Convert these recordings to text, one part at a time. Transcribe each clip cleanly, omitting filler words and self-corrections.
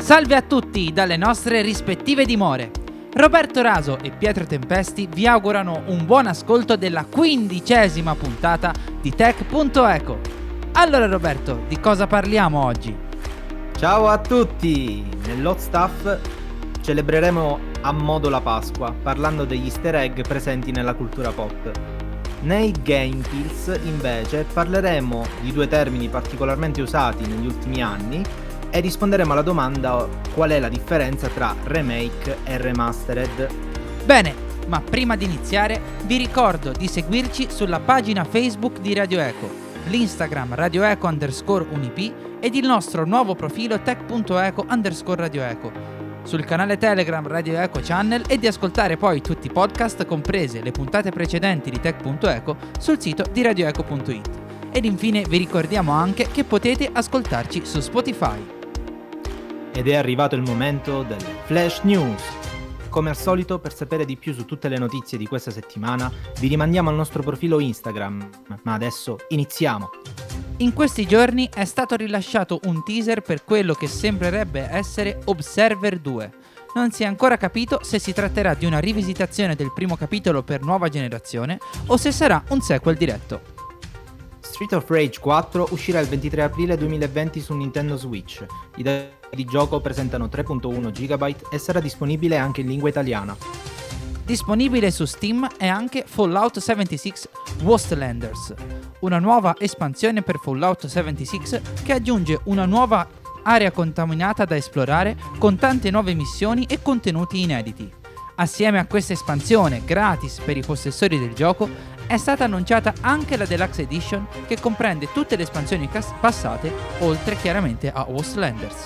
Salve a tutti dalle nostre rispettive dimore. Roberto Raso e Pietro Tempesti vi augurano un buon ascolto della 15ª puntata di Tech.eco. Allora Roberto, di cosa parliamo oggi? Ciao a tutti! Nell'Hot Stuff celebreremo a modo la Pasqua, parlando degli easter egg presenti nella cultura pop. Nei Game Pills, invece, parleremo di due termini particolarmente usati negli ultimi anni e risponderemo alla domanda qual è la differenza tra remake e remastered. Bene, ma prima di iniziare vi ricordo di seguirci sulla pagina Facebook di Radio Eco, l'Instagram radioeco_unip ed il nostro nuovo profilo tech.eco_radioeco, sul canale Telegram Radio Eco Channel e di ascoltare poi tutti i podcast, comprese le puntate precedenti di Tech.eco, sul sito di radioeco.it. Ed infine vi ricordiamo anche che potete ascoltarci su Spotify. Ed è arrivato il momento delle Flash News. Come al solito, per sapere di più su tutte le notizie di questa settimana, vi rimandiamo al nostro profilo Instagram. Ma adesso iniziamo! In questi giorni è stato rilasciato un teaser per quello che sembrerebbe essere Observer 2. Non si è ancora capito se si tratterà di una rivisitazione del primo capitolo per nuova generazione o se sarà un sequel diretto. Street of Rage 4 uscirà il 23 aprile 2020 su Nintendo Switch. I dati di gioco presentano 3.1 GB e sarà disponibile anche in lingua italiana. Disponibile su Steam è anche Fallout 76 Wastelanders, una nuova espansione per Fallout 76 che aggiunge una nuova area contaminata da esplorare con tante nuove missioni e contenuti inediti. Assieme a questa espansione gratis per i possessori del gioco è stata annunciata anche la Deluxe Edition che comprende tutte le espansioni passate, oltre chiaramente a Wastelanders.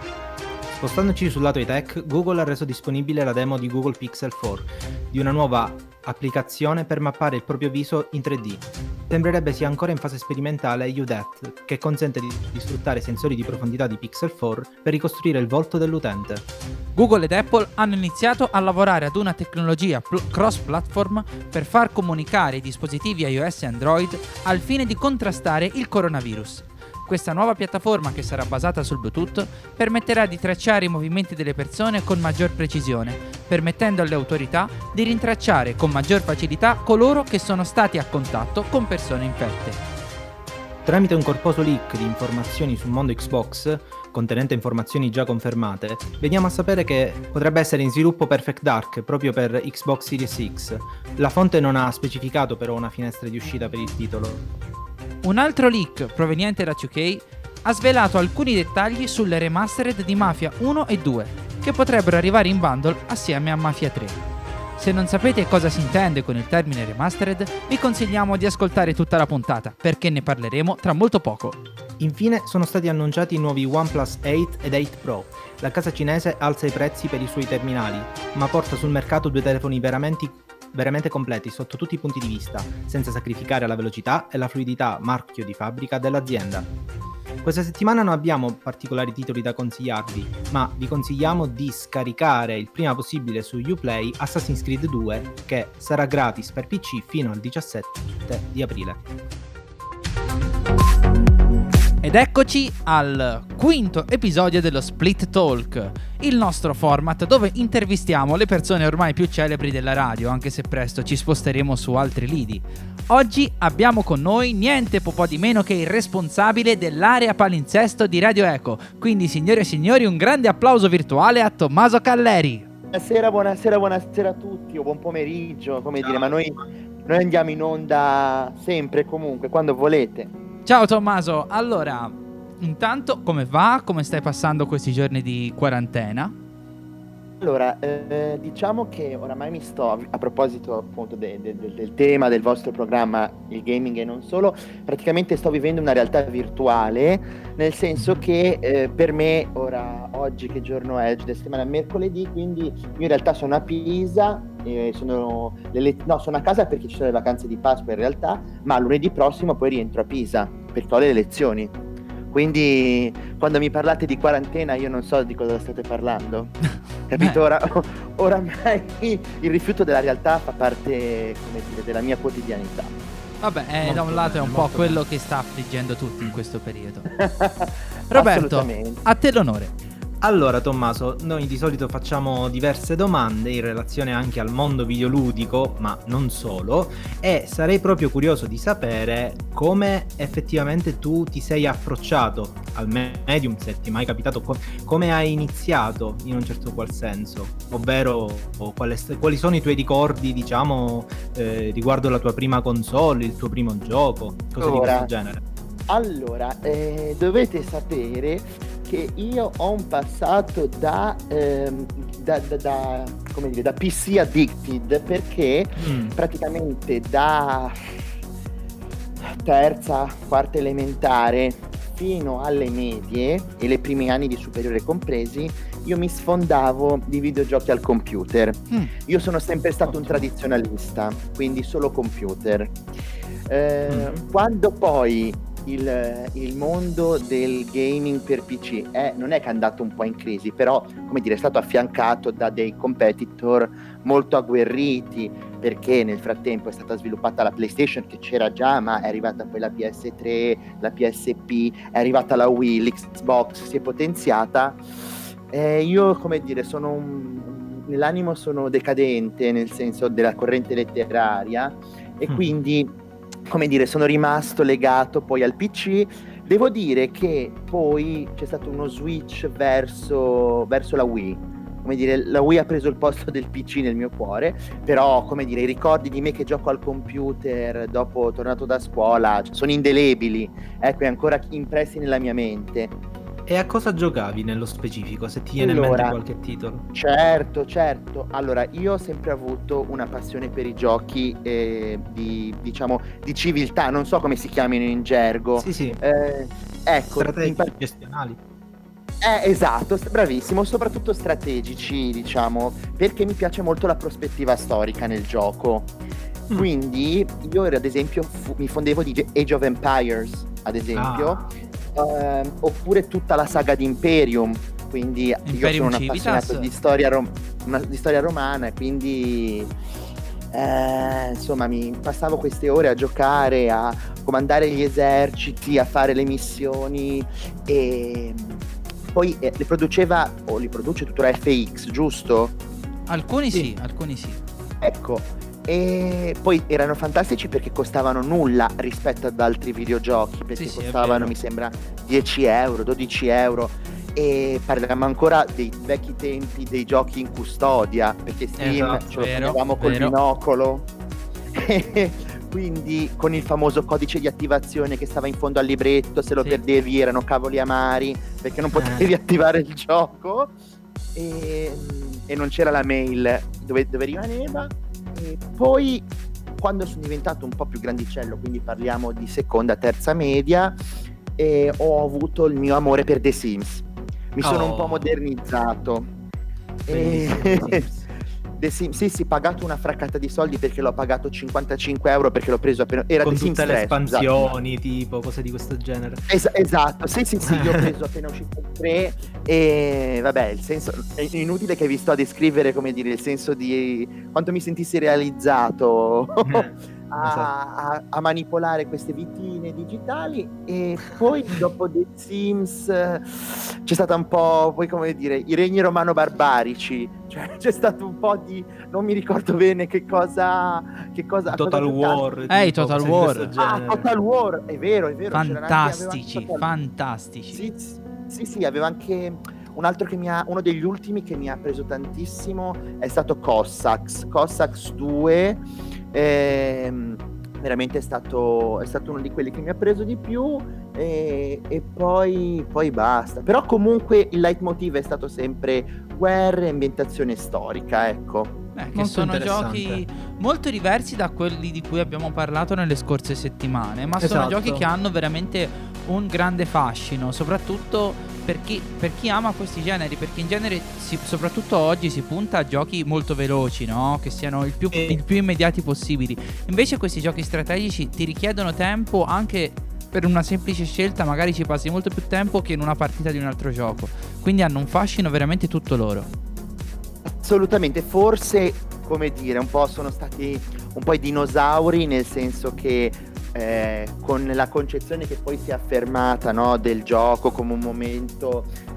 Spostandoci sul lato tech, Google ha reso disponibile la demo di Google Pixel 4, di una nuova applicazione per mappare il proprio viso in 3D. Sembrerebbe sia ancora in fase sperimentale UDEPT, che consente di sfruttare i sensori di profondità di Pixel 4 per ricostruire il volto dell'utente. Google ed Apple hanno iniziato a lavorare ad una tecnologia cross-platform per far comunicare i dispositivi iOS e Android al fine di contrastare il coronavirus. Questa nuova piattaforma, che sarà basata sul Bluetooth, permetterà di tracciare i movimenti delle persone con maggior precisione, permettendo alle autorità di rintracciare con maggior facilità coloro che sono stati a contatto con persone infette. Tramite un corposo leak di informazioni sul mondo Xbox, contenente informazioni già confermate, veniamo a sapere che potrebbe essere in sviluppo Perfect Dark proprio per Xbox Series X. La fonte non ha specificato però una finestra di uscita per il titolo. Un altro leak proveniente da 2K ha svelato alcuni dettagli sulle remastered di Mafia 1 e 2, che potrebbero arrivare in bundle assieme a Mafia 3. Se non sapete cosa si intende con il termine remastered, vi consigliamo di ascoltare tutta la puntata, perché ne parleremo tra molto poco. Infine sono stati annunciati i nuovi OnePlus 8 ed 8 Pro. La casa cinese alza i prezzi per i suoi terminali, ma porta sul mercato due telefoni veramente completi sotto tutti i punti di vista, senza sacrificare la velocità e la fluidità marchio di fabbrica dell'azienda. Questa settimana non abbiamo particolari titoli da consigliarvi, ma vi consigliamo di scaricare il prima possibile su Uplay Assassin's Creed 2, che sarà gratis per PC fino al 17 di aprile. Ed eccoci al quinto episodio dello Split Talk, il nostro format dove intervistiamo le persone ormai più celebri della radio, anche se presto ci sposteremo su altri lidi. Oggi abbiamo con noi niente po' di meno che il responsabile dell'area palinsesto di Radio Eco, quindi signore e signori un grande applauso virtuale a Tommaso Calleri. Buonasera a tutti, o buon pomeriggio, dire, ma noi andiamo in onda sempre, comunque, quando volete. Ciao Tommaso, allora, intanto come va? Come stai passando questi giorni di quarantena? Allora, diciamo che oramai mi sto, a proposito appunto del tema del vostro programma, il gaming e non solo, praticamente sto vivendo una realtà virtuale, nel senso che per me, oggi che giorno è? Oggi è settimana mercoledì, quindi io in realtà sono a Pisa, sono a casa perché ci sono le vacanze di Pasqua in realtà, ma lunedì prossimo poi rientro a Pisa perché ho le lezioni. Quindi quando mi parlate di quarantena io non so di cosa state parlando. Capito? Oramai il rifiuto della realtà fa parte, della mia quotidianità. Vabbè, da un lato è un po' quello che sta affliggendo tutti in questo periodo. Roberto, a te l'onore. Allora Tommaso, noi di solito facciamo diverse domande in relazione anche al mondo videoludico, ma non solo, e sarei proprio curioso di sapere come effettivamente tu ti sei approcciato al medium, se ti è mai capitato, come hai iniziato in un certo qual senso, ovvero quali sono i tuoi ricordi, diciamo, riguardo la tua prima console, il tuo primo gioco, cose di questo genere. Allora, dovete sapere che io ho un passato come dire, da PC addicted, perché praticamente da terza, quarta elementare fino alle medie e le primi anni di superiore compresi, io mi sfondavo di videogiochi al computer. Io sono sempre stato un tradizionalista, quindi solo computer. Quando poi il mondo del gaming per PC non è che è andato un po' in crisi, però come dire è stato affiancato da dei competitor molto agguerriti, perché nel frattempo è stata sviluppata la PlayStation, che c'era già, ma è arrivata poi la PS3, la PSP, è arrivata la Wii, l'Xbox si è potenziata. Io come dire nell'animo sono decadente, nel senso della corrente letteraria, e quindi come dire sono rimasto legato poi al PC. Devo dire che poi c'è stato uno switch verso la Wii, come dire la Wii ha preso il posto del PC nel mio cuore, però come dire i ricordi di me che gioco al computer dopo tornato da scuola sono indelebili, ecco, è ancora impressi nella mia mente. E a cosa giocavi nello specifico, se ti viene in mente qualche titolo? Certo. Allora, io ho sempre avuto una passione per i giochi di civiltà, non so come si chiamino in gergo. Sì. Ecco, strategici, gestionali. Esatto, bravissimo, soprattutto strategici, diciamo, perché mi piace molto la prospettiva storica nel gioco. Quindi io ad esempio mi fondevo di Age of Empires, ad esempio. Oppure tutta la saga di Imperium, quindi Imperium io sono un Civitas. appassionato di storia romana, e quindi insomma mi passavo queste ore a giocare, a comandare gli eserciti, a fare le missioni, e poi li produceva o li produce tuttora FX, giusto? Alcuni sì, alcuni sì. Ecco, e poi erano fantastici perché costavano nulla rispetto ad altri videogiochi, perché Sì, costavano mi sembra 10 euro, 12 euro, e parliamo ancora dei vecchi tempi dei giochi in custodia, perché Steam ce lo prendevamo col binocolo quindi con il famoso codice di attivazione che stava in fondo al libretto, se lo perdevi erano cavoli amari perché non potevi attivare il gioco, e non c'era la mail dove rimaneva. E poi quando sono diventato un po' più grandicello, quindi parliamo di seconda, terza media, ho avuto il mio amore per The Sims. Mi sono un po' modernizzato. The Sims, sì, pagato una fraccata di soldi perché l'ho pagato 55 euro perché l'ho preso appena era con The Sims tutte 3, le espansioni, tipo cose di questo genere. Esatto, sì, io ho preso appena uscito il 3, e vabbè, il senso è inutile che vi sto a descrivere, come dire, il senso di quanto mi sentissi realizzato a manipolare queste vitine digitali. E poi dopo The Sims c'è stata un po', poi come dire, i regni romano-barbarici, cioè c'è stato un po' di, non mi ricordo bene che cosa Total War, i Total War. Total War, è vero, fantastici. Sì, aveva anche un altro uno degli ultimi che mi ha preso tantissimo è stato Cossacks 2. Veramente è stato uno di quelli che mi ha preso di più, e poi basta. Però comunque il leitmotiv è stato sempre guerra e ambientazione storica, ecco. Che sono giochi molto diversi da quelli di cui abbiamo parlato nelle scorse settimane, ma sono giochi che hanno veramente un grande fascino, soprattutto per chi ama questi generi, perché in genere soprattutto oggi si punta a giochi molto veloci, no? Che siano il più immediati possibili. Invece questi giochi strategici ti richiedono tempo, anche per una semplice scelta magari ci passi molto più tempo che in una partita di un altro gioco, quindi hanno un fascino veramente tutto loro. Assolutamente, forse come dire un po' sono stati un po' i dinosauri, nel senso che con la concezione che poi si è affermata, no, del gioco come un momento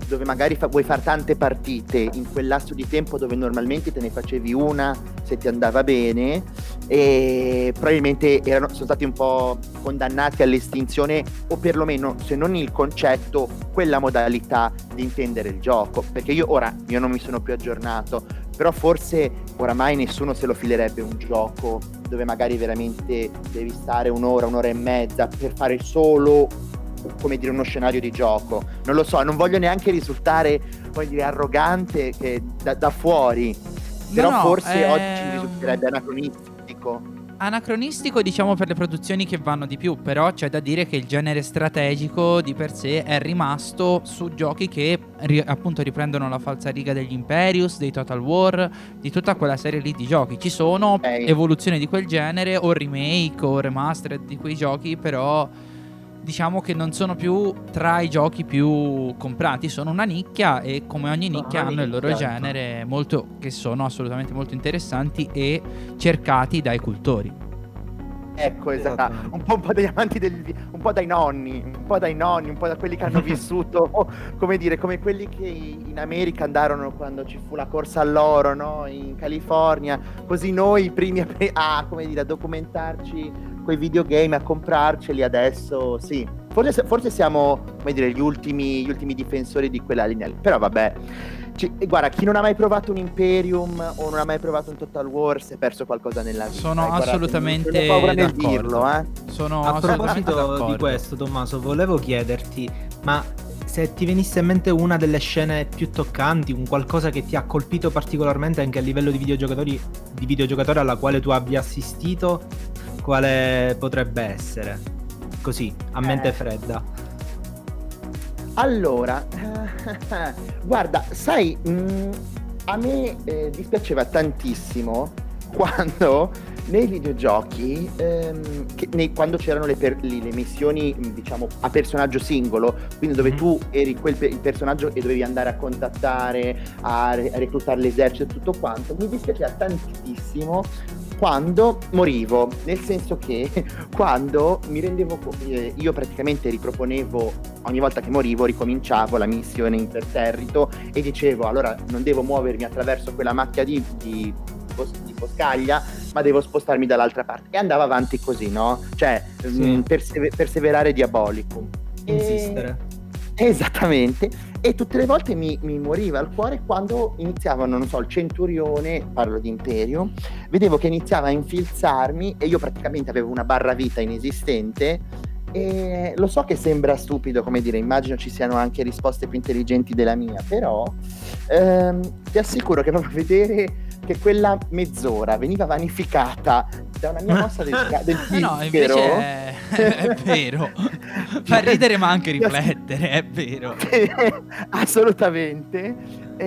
dove magari vuoi fare tante partite in quel lasso di tempo dove normalmente te ne facevi una se ti andava bene, e probabilmente sono stati un po' condannati all'estinzione, o perlomeno, se non il concetto, quella modalità di intendere il gioco, perché io non mi sono più aggiornato, però forse oramai nessuno se lo filerebbe un gioco dove magari veramente devi stare un'ora e mezza per fare solo, come dire, uno scenario di gioco. Non lo so, non voglio neanche risultare, come dire, arrogante che da fuori, però forse oggi risulterebbe anacronistico, diciamo, per le produzioni che vanno di più. Però c'è da dire che il genere strategico di per sé è rimasto su giochi che appunto riprendono la falsariga degli Imperius, dei Total War, di tutta quella serie lì di giochi. Ci sono evoluzioni di quel genere, o remake o remastered di quei giochi, però diciamo che non sono più tra i giochi più comprati, sono una nicchia, e come ogni nicchia hanno il loro genere che sono assolutamente molto interessanti e cercati dai cultori. Ecco, esatto, un po' dagli amanti un po' dai nonni, un po' da quelli che hanno vissuto, come dire, come quelli che in America andarono quando ci fu la corsa all'oro, no? In California, così noi i primi a documentarci quei videogame, a comprarceli. Adesso sì, forse siamo, come dire, gli ultimi difensori di quella linea lì. Però vabbè, guarda, chi non ha mai provato un Imperium o non ha mai provato un Total War si è perso qualcosa nella vita. Sono assolutamente non ho paura nel d'accordo. dirlo, Sono a assolutamente proposito d'accordo. di questo, Tommaso, volevo chiederti, ma se ti venisse in mente una delle scene più toccanti, un qualcosa che ti ha colpito particolarmente anche a livello di videogiocatore alla quale tu abbia assistito, quale potrebbe essere? Così, a mente fredda. Allora, guarda, sai, a me dispiaceva tantissimo quando nei videogiochi, quando c'erano le missioni, diciamo, a personaggio singolo, quindi dove tu eri il personaggio e dovevi andare a contattare, a reclutare l'esercito e tutto quanto, mi dispiaceva tantissimo quando morivo, nel senso che quando mi rendevo io praticamente riproponevo, ogni volta che morivo ricominciavo la missione imperterrito e dicevo allora non devo muovermi attraverso quella macchia di boscaglia, ma devo spostarmi dall'altra parte, e andava avanti così, no? Cioè perseverare diabolico, insistere. Esattamente. E tutte le volte mi moriva al cuore quando iniziavano, non so, il Centurione, parlo di Imperio, vedevo che iniziava a infilzarmi e io praticamente avevo una barra vita inesistente. E lo so che sembra stupido, come dire, immagino ci siano anche risposte più intelligenti della mia, però ti assicuro che proprio vedere che quella mezz'ora veniva vanificata da una mia mossa del no, invece è vero. Fa ridere ma anche riflettere, è vero. Assolutamente.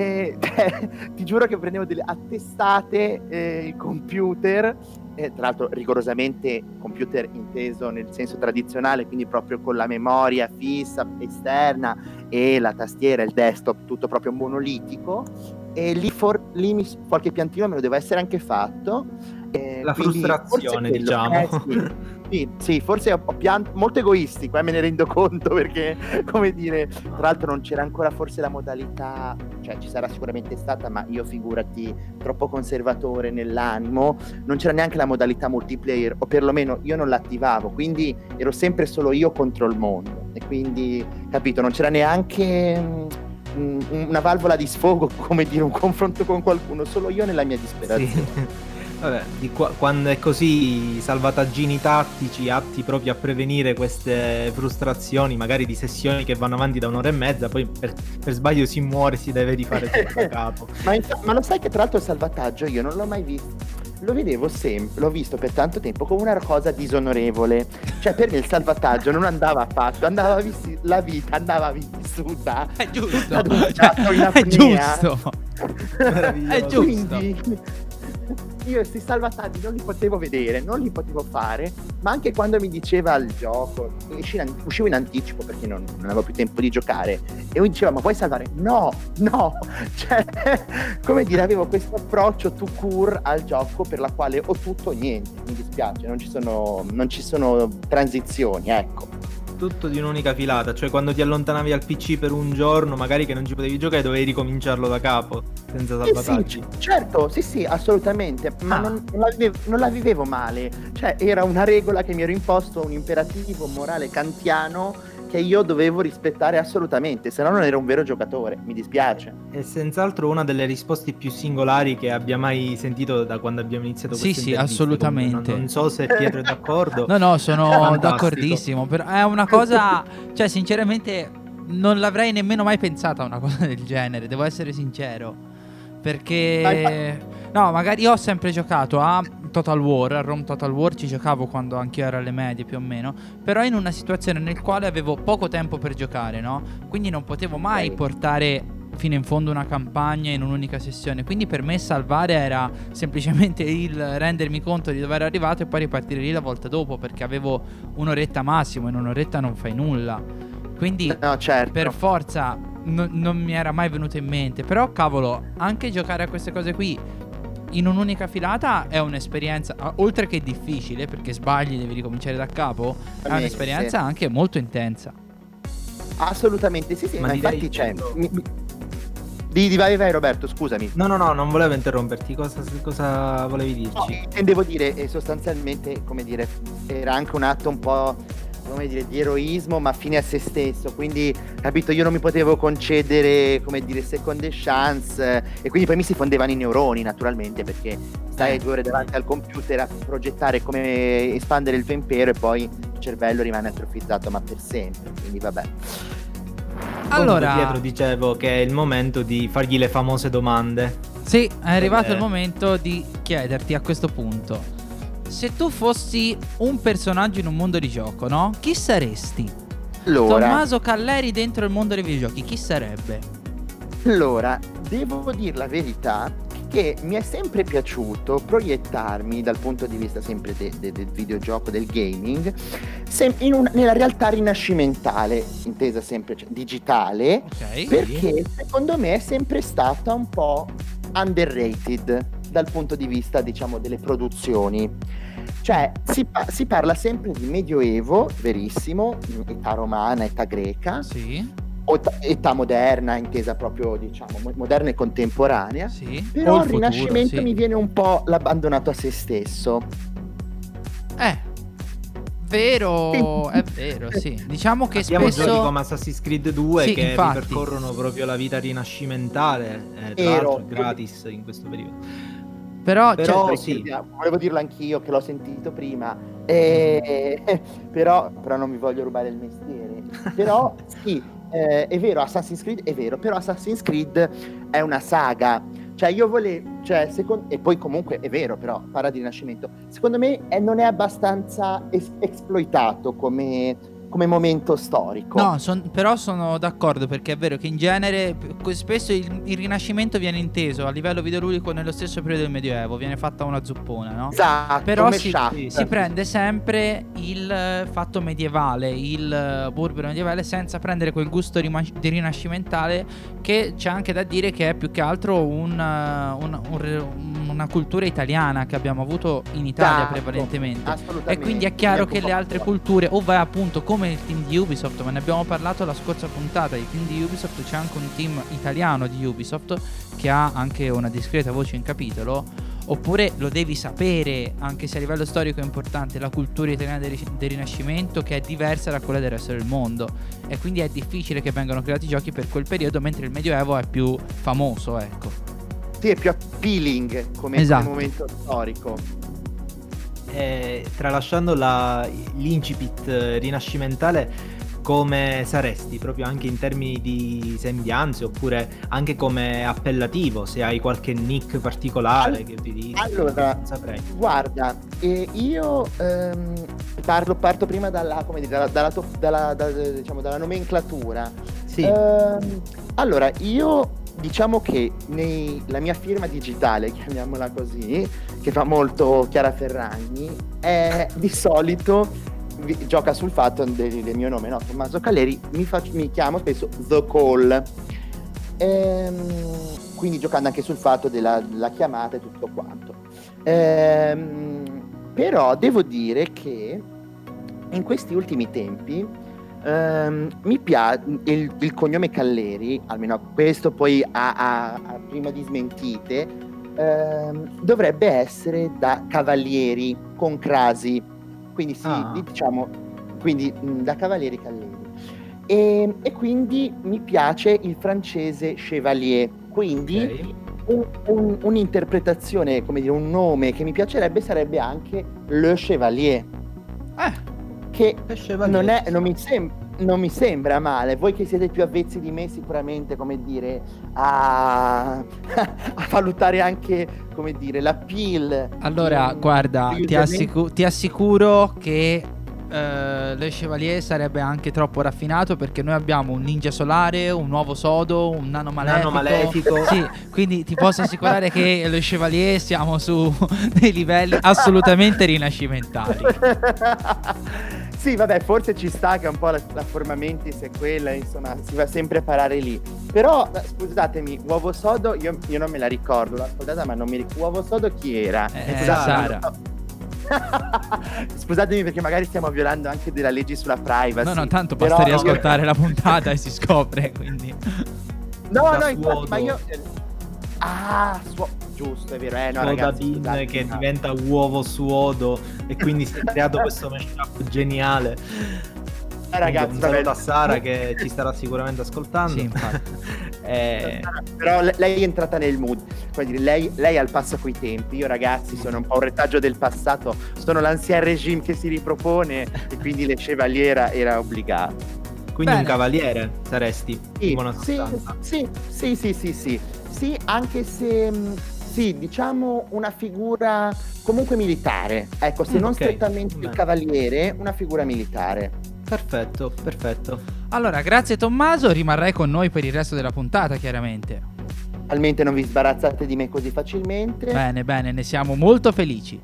Ti giuro che prendevo delle attestate, il computer, tra l'altro rigorosamente computer inteso nel senso tradizionale, quindi proprio con la memoria fissa esterna e la tastiera, il desktop, tutto proprio monolitico, e lì qualche piantino me lo deve essere anche fatto. La frustrazione, diciamo. Sì, forse ho pianto, molto egoistico, me ne rendo conto, perché, come dire, tra l'altro non c'era ancora forse la modalità, cioè ci sarà sicuramente stata, ma io figurati, troppo conservatore nell'animo, non c'era neanche la modalità multiplayer, o perlomeno io non l'attivavo, quindi ero sempre solo io contro il mondo, e quindi, capito, non c'era neanche una valvola di sfogo, come dire, un confronto con qualcuno, solo io nella mia disperazione. Sì. Vabbè, quando è così, salvataggini tattici atti proprio a prevenire queste frustrazioni, magari di sessioni che vanno avanti da un'ora e mezza, poi per sbaglio si muore, si deve rifare tutto da capo. Ma lo sai che tra l'altro il salvataggio io non l'ho mai visto, lo vedevo sempre, l'ho visto per tanto tempo come una cosa disonorevole, cioè per me il salvataggio non andava fatto, la vita andava vissuta. È giusto, è giusto. È giusto. Quindi io questi salvataggi non li potevo vedere, non li potevo fare, ma anche quando mi diceva il gioco, uscivo in anticipo perché non avevo più tempo di giocare, e mi diceva ma puoi salvare? No, cioè, come dire, avevo questo approccio tout court al gioco per la quale o tutto o niente, mi dispiace, non ci sono transizioni, ecco. tutto di un'unica filata, cioè quando ti allontanavi al PC per un giorno, magari che non ci potevi giocare, dovevi ricominciarlo da capo, senza salvataggi. Sì, certo, sì, assolutamente, ma Ah. non la vivevo male, cioè era una regola che mi ero imposto, un imperativo morale kantiano che io dovevo rispettare assolutamente, se no non ero un vero giocatore, mi dispiace. È senz'altro una delle risposte più singolari che abbia mai sentito da quando abbiamo iniziato Sì, questa sì, intervista. assolutamente. Comunque, non so se Pietro è d'accordo. No, sono Fantastico. d'accordissimo. Però è una cosa, cioè, sinceramente, non l'avrei nemmeno mai pensata una cosa del genere, devo essere sincero. Perché, no, magari io ho sempre giocato a Total War, a Rome Total War ci giocavo quando anch'io ero alle medie più o meno, però in una situazione nel quale avevo poco tempo per giocare, no? Quindi non potevo mai Ok. portare fino in fondo una campagna in un'unica sessione. Quindi per me salvare era semplicemente il rendermi conto di dove ero arrivato e poi ripartire lì la volta dopo, perché avevo un'oretta massimo e in un'oretta non fai nulla. Quindi No, certo. per forza non mi era mai venuto in mente. Però cavolo, anche giocare a queste cose qui in un'unica filata è un'esperienza, oltre che difficile, perché sbagli devi ricominciare da capo, è un'esperienza anche molto intensa. Assolutamente, sì, Ma ma direi infatti c'è. che- Vai Roberto, scusami. No, non volevo interromperti. Cosa volevi dirci? No, intendevo dire, sostanzialmente, come dire, era anche un atto un po', come dire, di eroismo, ma fine a se stesso. Quindi, capito, io non mi potevo concedere, come dire, seconde chance. E quindi poi mi si fondevano i neuroni, naturalmente, perché stai 2 ore davanti al computer a progettare come espandere il tuo impero e poi il cervello rimane atrofizzato, ma per sempre. Quindi, vabbè. Allora, Pietro, dicevo che è il momento di fargli le famose domande. sì, è arrivato il momento di chiederti a questo punto: se tu fossi un personaggio in un mondo di gioco, no? Chi saresti? Allora, Tommaso Calleri dentro il mondo dei videogiochi, chi sarebbe? devo dire la verità che mi è sempre piaciuto proiettarmi dal punto di vista sempre del videogioco, del gaming, nella realtà rinascimentale, intesa sempre digitale, Ok. perché secondo me è sempre stata un po' underrated dal punto di vista, diciamo, delle produzioni. Cioè, si parla sempre di Medioevo, verissimo, età romana, età greca, Sì, età moderna, intesa proprio, diciamo, moderna e contemporanea. sì. Però O il futuro, Rinascimento sì. mi viene un po' l'abbandonato a se stesso. Vero, è vero, sì. Diciamo che Abbiamo giochi spesso come Assassin's Creed 2 Sì, che infatti. ripercorrono proprio la vita rinascimentale, tra Vero. l'altro gratis in questo periodo. Però, Però cioè, sì. Volevo dirlo anch'io che l'ho sentito prima, però non mi voglio rubare il mestiere. Però sì, è vero, Assassin's Creed è vero, però Assassin's Creed è una saga. Cioè io volevo, cioè, e poi comunque è vero, però parla di Rinascimento. Secondo me non è abbastanza esploitato come momento storico. no, però sono d'accordo, perché è vero che in genere spesso il Rinascimento viene inteso a livello videoludico nello stesso periodo del Medioevo, viene fatta una zuppona, no? Esatto, Però mashup. si prende sempre il fatto medievale, il burbero medievale, senza prendere quel gusto di rinascimentale, che c'è anche da dire che è più che altro una cultura italiana che abbiamo avuto in Italia Esatto, prevalentemente. assolutamente. E quindi è chiaro che le altre culture culture, o vai appunto come il team di Ubisoft, ma ne abbiamo parlato la scorsa puntata, il team di Ubisoft, c'è anche un team italiano di Ubisoft che ha anche una discreta voce in capitolo. Oppure lo devi sapere, anche se a livello storico è importante, la cultura italiana del Rinascimento, che è diversa da quella del resto del mondo. E quindi è difficile che vengano creati giochi per quel periodo, mentre il Medioevo è più famoso, ecco. Sì, è più appealing come Esatto. momento storico. Tralasciando l'incipit rinascimentale, come saresti proprio anche in termini di sembianze, oppure anche come appellativo, se hai qualche nick particolare che utilizzi? Allora, non saprei. guarda, io parto prima diciamo, dalla nomenclatura. Sì. Allora, io diciamo che la mia firma digitale, chiamiamola così, che fa molto Chiara Ferragni, è di solito gioca sul fatto del mio nome, no? Tommaso Calleri, mi chiamo spesso The Call. Quindi giocando anche sul fatto della chiamata e tutto quanto. Però devo dire che in questi ultimi tempi Mi piace il cognome Calleri, almeno questo poi a prima di smentite, dovrebbe essere da Cavalieri con Crasi, quindi sì, diciamo, quindi da Cavalieri Calleri. E quindi mi piace il francese Chevalier, quindi un'interpretazione, come dire, un nome che mi piacerebbe sarebbe anche Le Chevalier. Che non mi sembra male. Voi che siete più avvezzi di me sicuramente, come dire, a valutare anche, come dire, l'appeal. Allora, guarda, ti assicuro che Le Chevalier sarebbe anche troppo raffinato, perché noi abbiamo un ninja solare, un uovo sodo, un nano malefico. Sì, quindi ti posso assicurare che Le Chevalier siamo su dei livelli assolutamente rinascimentali. Sì, vabbè, forse ci sta che un po' la forma mentis è quella, insomma, si va sempre a parare lì. Però, scusatemi, uovo sodo, io non me la ricordo, l'ho ascoltata, ma non mi ricordo. Uovo sodo chi era? Sara. Scusatemi, perché magari stiamo violando anche della legge sulla privacy. No, tanto basta riascoltare la puntata e si scopre, quindi. No, infatti, ma io... giusto, è vero, no, ragazzi, scusate, che diventa uovo suodo e quindi si è creato questo mashup geniale. Ragazzi, un saluto a Sara che ci starà sicuramente ascoltando. Sì, infatti. Però lei è entrata nel mood, quindi lei è al passo coi tempi. Io, ragazzi, sono un po' un retaggio del passato, sono l'ancien regime che si ripropone e quindi le Chevalier era obbligato. Quindi un cavaliere saresti? Sì, anche se diciamo una figura comunque militare. Ecco, se non strettamente il cavaliere, una figura militare. Perfetto. Allora, grazie Tommaso, rimarrai con noi per il resto della puntata, chiaramente. Almeno non vi sbarazzate di me così facilmente. Bene, ne siamo molto felici.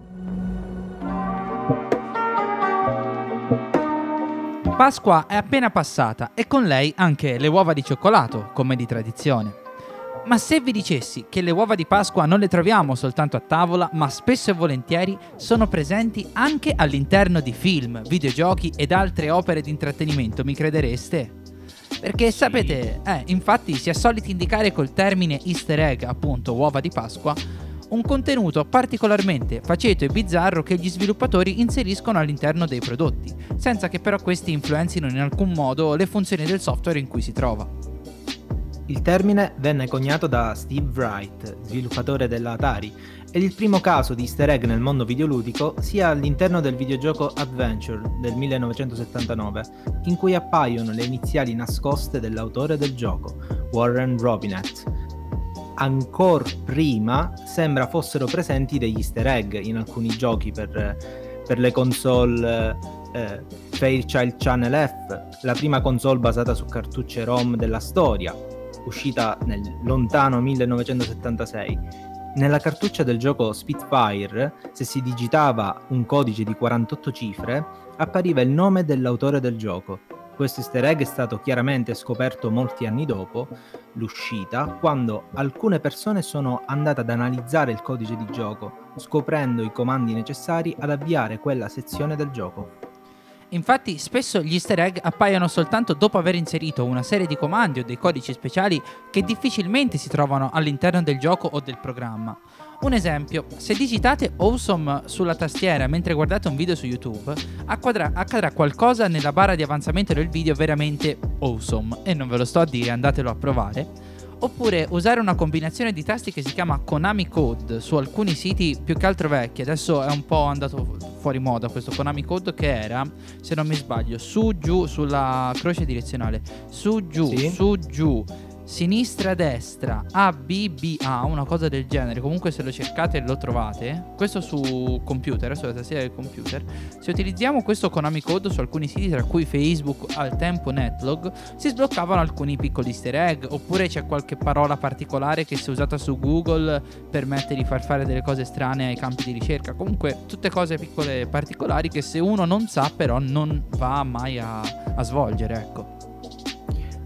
Pasqua è appena passata e con lei anche le uova di cioccolato, come di tradizione. Ma se vi dicessi che le uova di Pasqua non le troviamo soltanto a tavola, ma spesso e volentieri sono presenti anche all'interno di film, videogiochi ed altre opere di intrattenimento, mi credereste? Perché sapete, infatti si è soliti indicare col termine easter egg, appunto uova di Pasqua, un contenuto particolarmente faceto e bizzarro che gli sviluppatori inseriscono all'interno dei prodotti, senza che però questi influenzino in alcun modo le funzioni del software in cui si trova. Il termine venne coniato da Steve Wright, sviluppatore dell'Atari, ed il primo caso di easter egg nel mondo videoludico sia all'interno del videogioco Adventure del 1979, in cui appaiono le iniziali nascoste dell'autore del gioco, Warren Robinett. Ancor prima sembra fossero presenti degli easter egg in alcuni giochi per le console Fairchild Channel F, la prima console basata su cartucce ROM della storia, uscita nel lontano 1976. Nella cartuccia del gioco Spitfire, se si digitava un codice di 48 cifre, appariva il nome dell'autore del gioco. Questo easter egg è stato chiaramente scoperto molti anni dopo l'uscita, quando alcune persone sono andate ad analizzare il codice di gioco, scoprendo i comandi necessari ad avviare quella sezione del gioco. Infatti spesso gli easter egg appaiono soltanto dopo aver inserito una serie di comandi o dei codici speciali che difficilmente si trovano all'interno del gioco o del programma. Un esempio, se digitate Awesome sulla tastiera mentre guardate un video su YouTube, accadrà qualcosa nella barra di avanzamento del video veramente awesome, e non ve lo sto a dire, andatelo a provare. Oppure usare una combinazione di tasti che si chiama Konami Code su alcuni siti più che altro vecchi. Adesso è un po' andato fuori moda questo Konami Code, che era, se non mi sbaglio, su giù sulla croce direzionale, su giù, sì, su giù, sinistra destra, A B B A, una cosa del genere. Comunque se lo cercate lo trovate. Questo su computer, sulla tastiera del computer. Se utilizziamo questo Konami Code su alcuni siti, tra cui Facebook, al tempo Netlog, si sbloccavano alcuni piccoli easter egg. Oppure c'è qualche parola particolare che se usata su Google permette di far fare delle cose strane ai campi di ricerca. Comunque tutte cose piccole particolari che se uno non sa però non va mai a svolgere, ecco.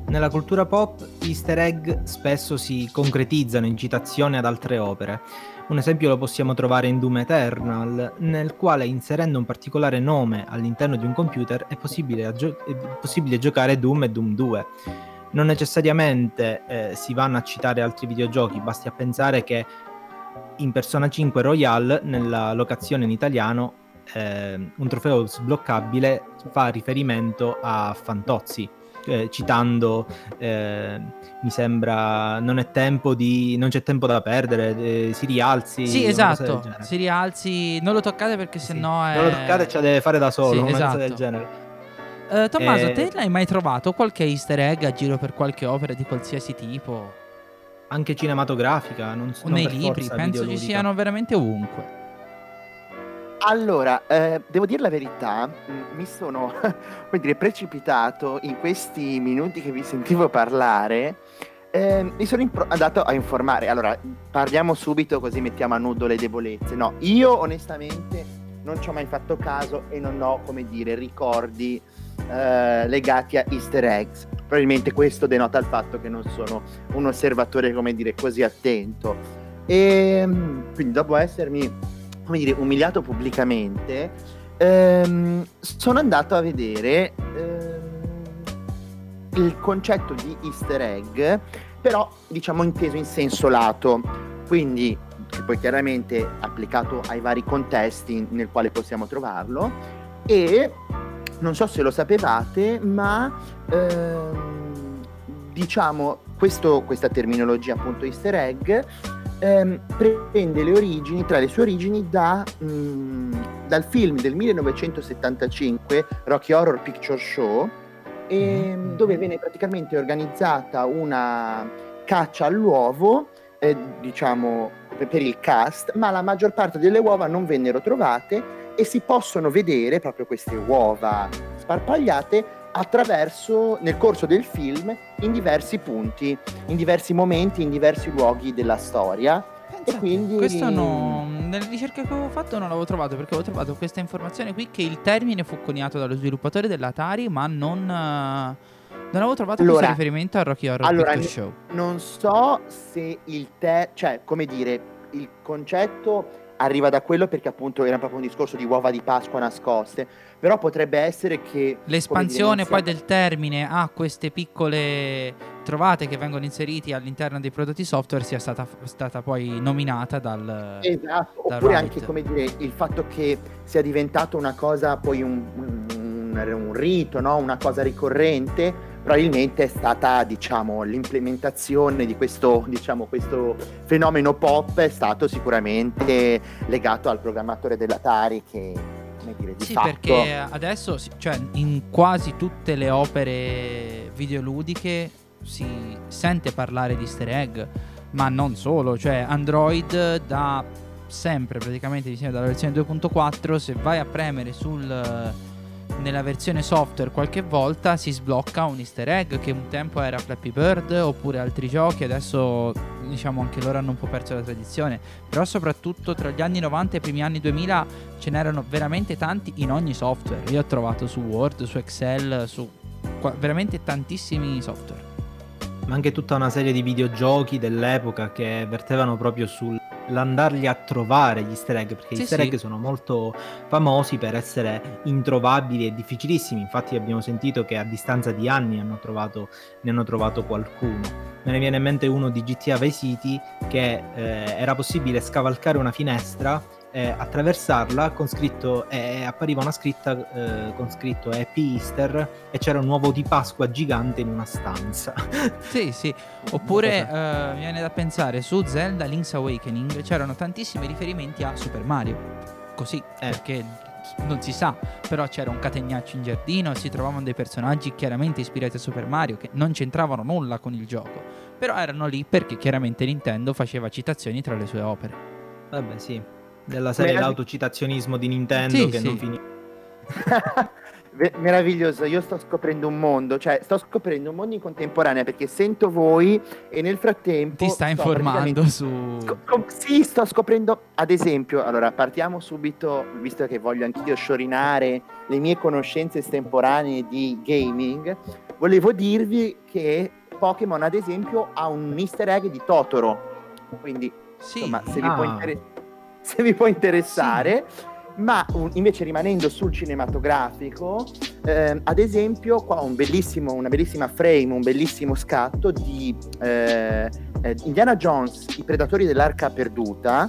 Nella cultura pop, gli easter egg spesso si concretizzano in citazione ad altre opere. Un esempio lo possiamo trovare in Doom Eternal, nel quale inserendo un particolare nome all'interno di un computer è possibile giocare Doom e Doom 2. Non necessariamente si vanno a citare altri videogiochi, basti a pensare che in Persona 5 Royale, nella locazione in italiano, un trofeo sbloccabile fa riferimento a Fantozzi, citando mi sembra non c'è tempo da perdere, si rialzi. Sì, una cosa del esatto, genere. si rialzi, non lo toccate perché Sì, sennò è... non lo toccate, ce la deve fare da solo, Sì, una cosa del esatto. genere. Tommaso, te l'hai mai trovato qualche easter egg a giro per qualche opera di qualsiasi tipo? Anche cinematografica, non O nei per libri? forza Penso ci videoludica. siano veramente ovunque. Allora, devo dire la verità, mi sono, come dire, precipitato in questi minuti che vi sentivo parlare, mi sono andato a informare. Allora, parliamo subito così mettiamo a nudo le debolezze. No, io onestamente non ci ho mai fatto caso e non ho, come dire, ricordi legati a easter eggs. Probabilmente questo denota il fatto che non sono un osservatore, come dire, così attento. E quindi dopo essermi, come dire, umiliato pubblicamente, sono andato a vedere il concetto di easter egg, però diciamo inteso in senso lato, quindi che poi chiaramente applicato ai vari contesti nel quale possiamo trovarlo. E non so se lo sapevate, ma diciamo questa terminologia appunto easter egg prende le origini, tra le sue origini dal film del 1975 Rocky Horror Picture Show, dove viene praticamente organizzata una caccia all'uovo, diciamo per il cast, ma la maggior parte delle uova non vennero trovate e si possono vedere proprio queste uova sparpagliate nel corso del film in diversi punti, in diversi momenti, in diversi luoghi della storia. Pensate, E quindi questo nelle ricerche che avevo fatto non l'avevo trovato, perché avevo trovato questa informazione qui che il termine fu coniato dallo sviluppatore dell'Atari, ma non avevo trovato questo riferimento a Rocky Horror Picture Show. Non so se cioè, come dire, il concetto arriva da quello, perché appunto era proprio un discorso di uova di Pasqua nascoste, però potrebbe essere che l'espansione poi del termine a queste piccole trovate che vengono inseriti all'interno dei prodotti software sia stata poi nominata dal esatto, dal oppure Wright. anche, come dire, il fatto che sia diventato una cosa, poi un rito, no? Una cosa ricorrente, probabilmente è stata, diciamo, l'implementazione di questo fenomeno pop è stato sicuramente legato al programmatore dell'Atari che, come dire, di fatto... perché adesso, cioè, in quasi tutte le opere videoludiche si sente parlare di easter egg, ma non solo, cioè Android da sempre, praticamente dalla versione 2.4, se vai a premere nella versione software qualche volta si sblocca un easter egg, che un tempo era Flappy Bird oppure altri giochi, adesso diciamo anche loro hanno un po' perso la tradizione, però soprattutto tra gli anni 90 e i primi anni 2000 ce n'erano veramente tanti in ogni software. Io ho trovato su Word, su Excel, veramente tantissimi software. Ma anche tutta una serie di videogiochi dell'epoca che vertevano proprio sull'andarli a trovare gli easter egg, perché gli easter egg sono molto famosi per essere introvabili e difficilissimi. Infatti abbiamo sentito che a distanza di anni ne hanno trovato qualcuno. Me ne viene in mente uno di GTA Vice City, che era possibile scavalcare una finestra, attraversarla con scritto, appariva una scritta con scritto Happy Easter, e c'era un uovo di Pasqua gigante in una stanza. Sì. Oppure mi viene da pensare, su Zelda Link's Awakening c'erano tantissimi riferimenti a Super Mario, così, perché non si sa, però c'era un catenaccio in giardino, si trovavano dei personaggi chiaramente ispirati a Super Mario che non c'entravano nulla con il gioco, però erano lì perché chiaramente Nintendo faceva citazioni tra le sue opere. Vabbè, sì, della serie l'autocitazionismo di Nintendo che non finisce. Meraviglioso, io sto scoprendo un mondo in contemporanea, perché sento voi e nel frattempo ti stai informando su... Sì, sto scoprendo, ad esempio, allora partiamo subito, visto che voglio anch'io sciorinare le mie conoscenze estemporanee di gaming, volevo dirvi che Pokémon, ad esempio, ha un easter egg di Totoro, quindi Sì. insomma, se vi può interessare. Ma invece rimanendo sul cinematografico, ad esempio qua una bellissima frame, un bellissimo scatto di Indiana Jones, i predatori dell'arca perduta,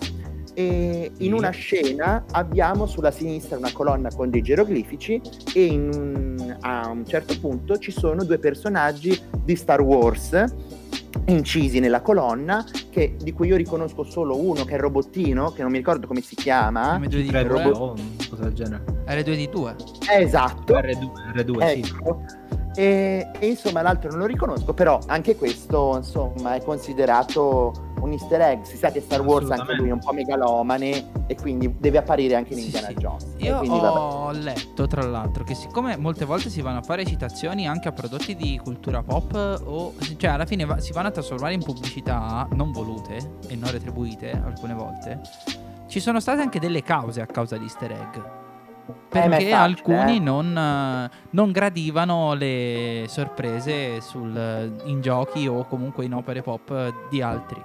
e in una scena abbiamo sulla sinistra una colonna con dei geroglifici e a un certo punto ci sono 2 personaggi di Star Wars incisi nella colonna, di cui io riconosco solo uno, che è il robottino, che non mi ricordo come si chiama. R2 o cosa del genere. R2D2. Esatto. R2, ecco. E insomma l'altro non lo riconosco, però anche questo insomma è considerato un easter egg. Si sa che Star Wars anche lui è un po' megalomane e quindi deve apparire anche in Indiana Jones. Io quindi, ho letto tra l'altro che siccome molte volte si vanno a fare citazioni anche a prodotti di cultura pop, cioè alla fine si vanno a trasformare in pubblicità non volute e non retribuite alcune volte, ci sono state anche delle cause a causa di easter egg. Perché alcuni non gradivano le sorprese in giochi o comunque in opere pop di altri.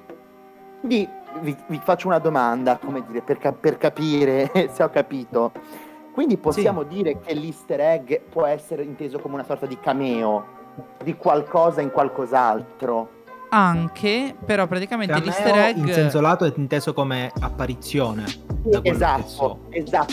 Quindi vi faccio una domanda, come dire, per capire se ho capito. Quindi possiamo dire che l'easter egg può essere inteso come una sorta di cameo di qualcosa in qualcos'altro? Anche, però praticamente cameo, l'easter egg in senso lato è inteso come apparizione. Esatto,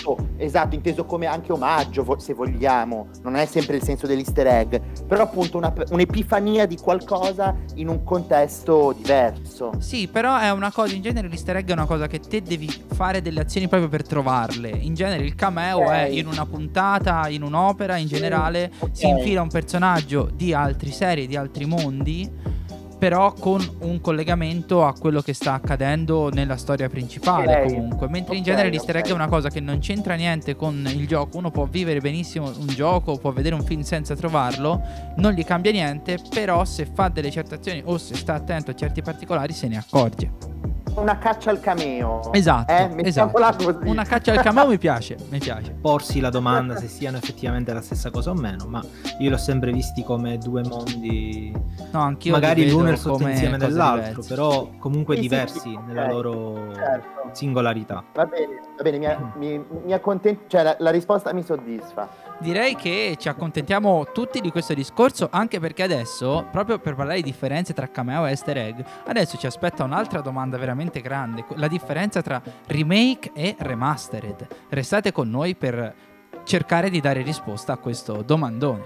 inteso come anche omaggio, se vogliamo. Non è sempre il senso dell'easter egg, però appunto un'epifania di qualcosa in un contesto diverso. Sì, però è una cosa, in genere l'easter egg è una cosa che te devi fare delle azioni proprio per trovarle. In genere il cameo è in una puntata, in un'opera, in generale si infila un personaggio di altre serie, di altri mondi, però con un collegamento a quello che sta accadendo nella storia principale comunque. Mentre in genere l'easter egg è una cosa che non c'entra niente con il gioco. Uno può vivere benissimo un gioco, può vedere un film senza trovarlo, non gli cambia niente, però se fa delle certe azioni o se sta attento a certi particolari se ne accorge. Una caccia al cameo. Esatto. Così. Una caccia al cameo mi piace. Porsi la domanda se siano effettivamente la stessa cosa o meno, ma io l'ho sempre visti come 2 mondi. No, anch'io magari l'uno è il sottoinsieme dell'altro, diverse. Però comunque diversi nella loro singolarità. Va bene, mi accontento, cioè la risposta mi soddisfa. Direi che ci accontentiamo tutti di questo discorso, anche perché adesso, proprio per parlare di differenze tra cameo e easter egg, adesso ci aspetta un'altra domanda veramente grande, la differenza tra remake e remastered. Restate con noi per cercare di dare risposta a questo domandone.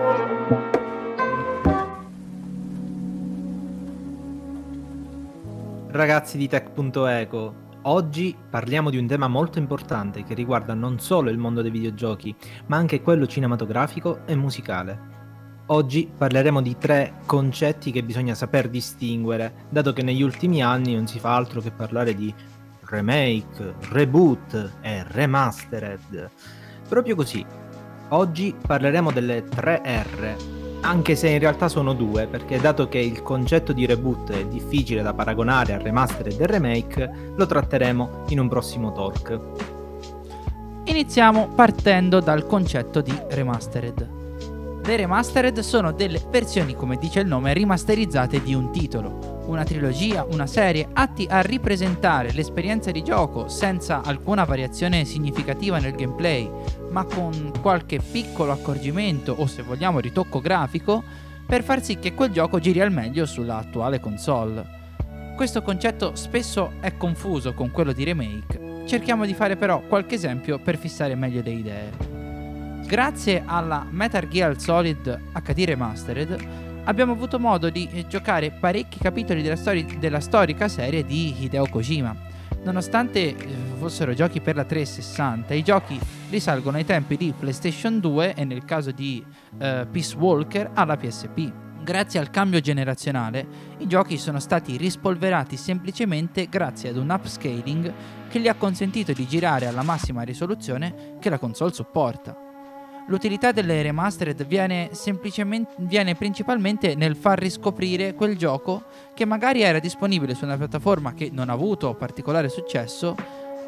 Ragazzi di Tech.eco, oggi parliamo di un tema molto importante che riguarda non solo il mondo dei videogiochi, ma anche quello cinematografico e musicale. Oggi parleremo di 3 concetti che bisogna saper distinguere, dato che negli ultimi anni non si fa altro che parlare di remake, reboot e remastered. Proprio così. Oggi parleremo delle 3 R, anche se in realtà sono 2, perché dato che il concetto di reboot è difficile da paragonare a remastered e remake, lo tratteremo in un prossimo talk. Iniziamo partendo dal concetto di remastered. Le remastered sono delle versioni, come dice il nome, rimasterizzate di un titolo, una trilogia, una serie, atti a ripresentare l'esperienza di gioco senza alcuna variazione significativa nel gameplay, ma con qualche piccolo accorgimento o, se vogliamo, ritocco grafico per far sì che quel gioco giri al meglio sulla attuale console. Questo concetto spesso è confuso con quello di remake. Cerchiamo di fare però qualche esempio per fissare meglio le idee. Grazie alla Metal Gear Solid HD Remastered abbiamo avuto modo di giocare parecchi capitoli della storica serie di Hideo Kojima. Nonostante fossero giochi per la 360, i giochi risalgono ai tempi di PlayStation 2 e nel caso di Peace Walker alla PSP. Grazie al cambio generazionale, i giochi sono stati rispolverati semplicemente grazie ad un upscaling che gli ha consentito di girare alla massima risoluzione che la console supporta. L'utilità delle remastered viene principalmente nel far riscoprire quel gioco che magari era disponibile su una piattaforma che non ha avuto particolare successo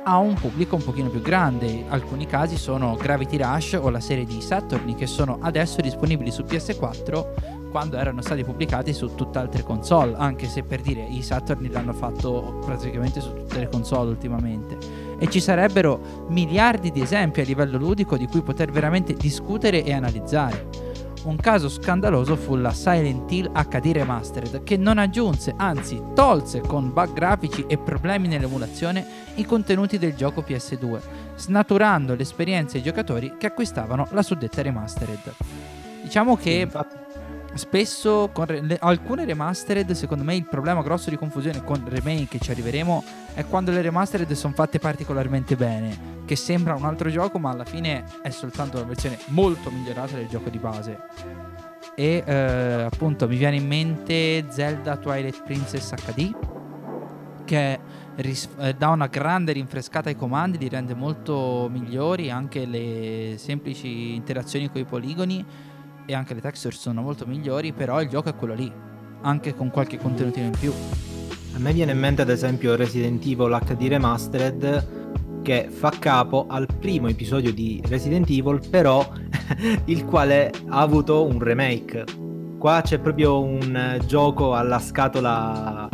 a un pubblico un pochino più grande. Alcuni casi sono Gravity Rush o la serie di Saturn, che sono adesso disponibili su PS4 quando erano stati pubblicati su tutt'altre console, anche se, per dire, i Saturn l'hanno fatto praticamente su tutte le console ultimamente. E ci sarebbero miliardi di esempi a livello ludico di cui poter veramente discutere e analizzare. Un caso scandaloso fu la Silent Hill HD Remastered, che non aggiunse, anzi tolse con bug grafici e problemi nell'emulazione i contenuti del gioco PS2, snaturando l'esperienza ai giocatori che acquistavano la suddetta remastered. Diciamo che Infatti, spesso con alcune remastered, secondo me il problema grosso di confusione con remake, ci arriveremo, è quando le remastered sono fatte particolarmente bene, che sembra un altro gioco ma alla fine è soltanto una versione molto migliorata del gioco di base. E appunto mi viene in mente Zelda Twilight Princess HD, che dà una grande rinfrescata ai comandi, li rende molto migliori, anche le semplici interazioni con i poligoni e anche le texture sono molto migliori, però il gioco è quello lì, anche con qualche contenutino in più. a me viene in mente ad esempio Resident Evil HD Remastered, che fa capo al primo episodio di Resident Evil, però il quale ha avuto un remake. Qua c'è proprio un gioco alla scatola,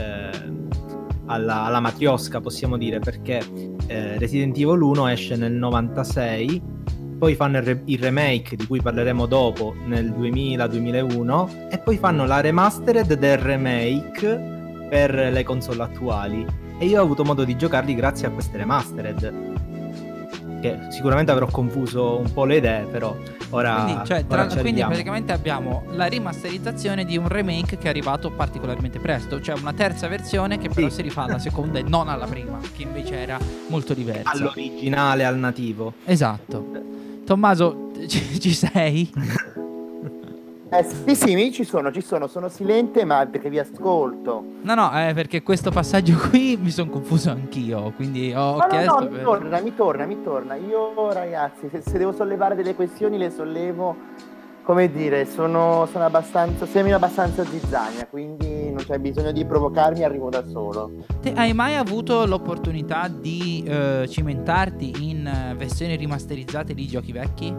alla matriosca, possiamo dire, perché Resident Evil 1 esce nel 96, poi fanno il remake di cui parleremo dopo nel 2000-2001, e poi fanno la remastered del remake per le console attuali. E io ho avuto modo di giocarli grazie a queste remastered, che sicuramente avrò confuso un po' le idee, però ora, Quindi, cioè, ora ci quindi arriviamo. praticamente abbiamo la rimasterizzazione di un remake che è arrivato particolarmente presto, cioè una terza versione che però Sì. si rifà alla seconda e non alla prima, che invece era molto diversa. All'originale, al nativo. Esatto. Tommaso, ci sei? Sì, ci sono silente, ma perché vi ascolto. No, perché questo passaggio qui mi sono confuso anch'io, quindi ho chiesto... Mi torna. Io, ragazzi, se devo sollevare delle questioni, le sollevo, come dire, sono abbastanza, sembra abbastanza zizzania, quindi non c'è bisogno di provocarmi, arrivo da solo. Te hai mai avuto l'opportunità di cimentarti in versioni rimasterizzate di giochi vecchi?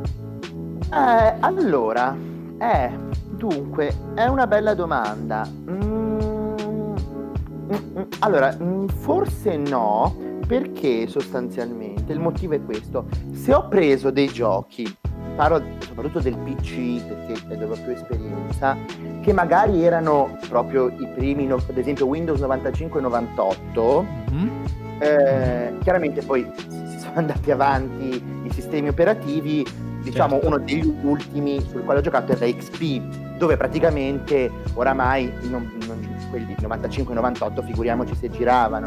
Dunque, è una bella domanda. Allora, forse no, perché sostanzialmente il motivo è questo. Se ho preso dei giochi, parlo soprattutto del PC, perché è dove ho più esperienza, che magari erano proprio i primi, ad esempio Windows 95 e 98, chiaramente poi si sono andati avanti i sistemi operativi. Diciamo, Certo. uno degli ultimi sul quale ho giocato era XP, dove praticamente oramai quelli 95-98 figuriamoci se giravano.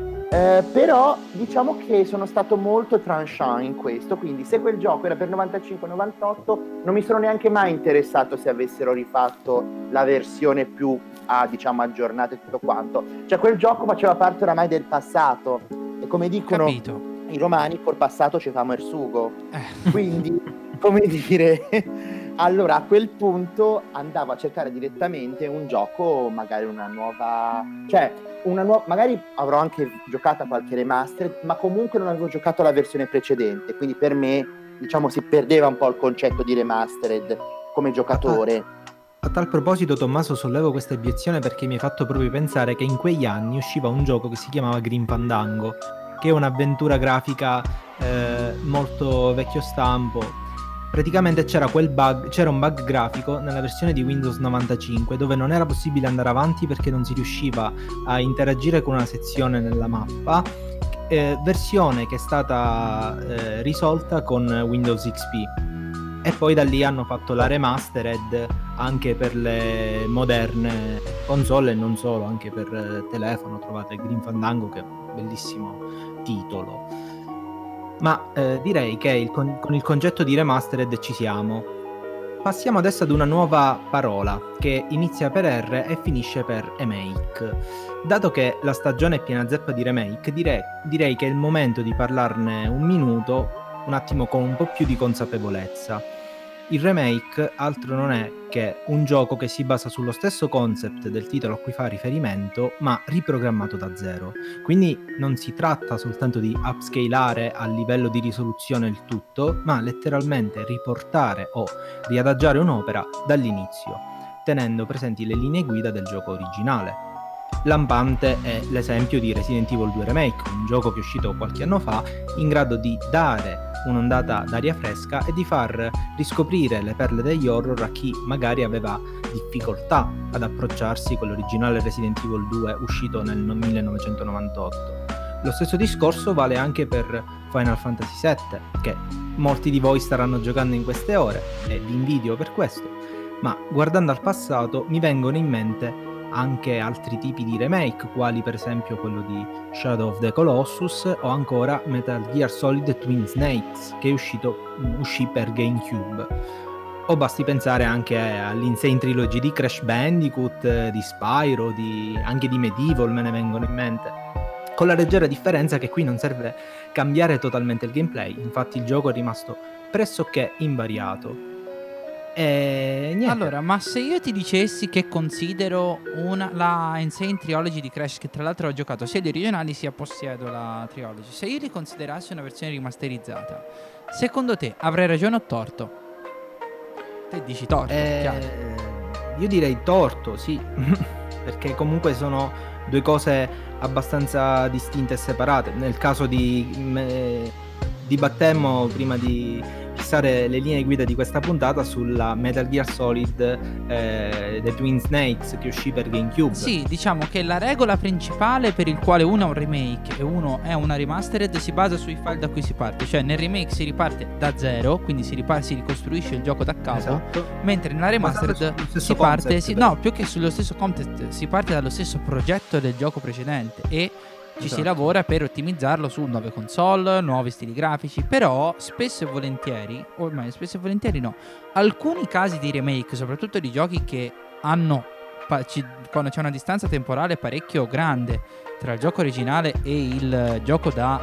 Però diciamo che sono stato molto tranchant in questo, quindi se quel gioco era per 95-98 non mi sono neanche mai interessato se avessero rifatto la versione più diciamo aggiornata e tutto quanto. Cioè quel gioco faceva parte oramai del passato, e come dicono Capito. i romani, col passato ci famo il sugo. Quindi, come dire, allora a quel punto andavo a cercare direttamente un gioco, magari una nuova, magari avrò anche giocato a qualche remaster, ma comunque non avevo giocato la versione precedente, quindi per me, diciamo, si perdeva un po' il concetto di remastered come giocatore. A tal proposito, Tommaso, sollevo questa obiezione perché mi hai fatto proprio pensare che in quegli anni usciva un gioco che si chiamava Grim Fandango, che è un'avventura grafica molto vecchio stampo. Praticamente c'era un bug grafico nella versione di Windows 95 dove non era possibile andare avanti perché non si riusciva a interagire con una sezione nella mappa, versione che è stata risolta con Windows XP. E poi da lì hanno fatto la remastered anche per le moderne console e non solo, anche per telefono. Trovate Grim Fandango, che è un bellissimo titolo. Ma direi che con il concetto di remastered ci siamo. Passiamo adesso ad una nuova parola che inizia per R e finisce per remake. Dato che la stagione è piena zeppa di remake, direi che è il momento di parlarne un minuto, un attimo con un po' più di consapevolezza. Il remake altro non è che un gioco che si basa sullo stesso concept del titolo a cui fa riferimento, ma riprogrammato da zero. Quindi non si tratta soltanto di upscalare a livello di risoluzione il tutto, ma letteralmente riportare o riadagiare un'opera dall'inizio, tenendo presenti le linee guida del gioco originale. Lampante è l'esempio di Resident Evil 2 Remake, un gioco che è uscito qualche anno fa, in grado di dare un'ondata d'aria fresca e di far riscoprire le perle degli horror a chi magari aveva difficoltà ad approcciarsi con l'originale Resident Evil 2 uscito nel 1998. Lo stesso discorso vale anche per Final Fantasy VII, che molti di voi staranno giocando in queste ore e vi invidio per questo, ma guardando al passato mi vengono in mente anche altri tipi di remake, quali per esempio quello di Shadow of the Colossus o ancora Metal Gear Solid Twin Snakes, che uscì per GameCube. O basti pensare anche all'Insane Trilogy di Crash Bandicoot, di Spyro, anche di Medieval me ne vengono in mente, con la leggera differenza che qui non serve cambiare totalmente il gameplay, infatti il gioco è rimasto pressoché invariato. E niente. Allora, ma se io ti dicessi che considero la Insane Trilogy di Crash, che tra l'altro ho giocato sia gli originali sia possiedo la Trilogy, se io li considerassi una versione rimasterizzata, secondo te avrei ragione o torto? Te dici torto, chiaro. Io direi torto, sì, perché comunque sono due cose abbastanza distinte e separate. Nel caso dibattemmo prima di fissare le linee guida di questa puntata sulla Metal Gear Solid The Twin Snakes, che uscì per GameCube. Sì, diciamo che la regola principale per il quale uno è un remake e uno è una remastered si basa sui file da cui si parte. Cioè nel remake si riparte da zero, quindi si ricostruisce il gioco da capo, esatto. Mentre nella remastered si parte più che sullo stesso concept, si parte dallo stesso progetto del gioco precedente e ci si lavora per ottimizzarlo su nuove console, nuovi stili grafici. Però spesso e volentieri no, alcuni casi di remake, soprattutto di giochi che hanno quando c'è una distanza temporale parecchio grande tra il gioco originale e il gioco da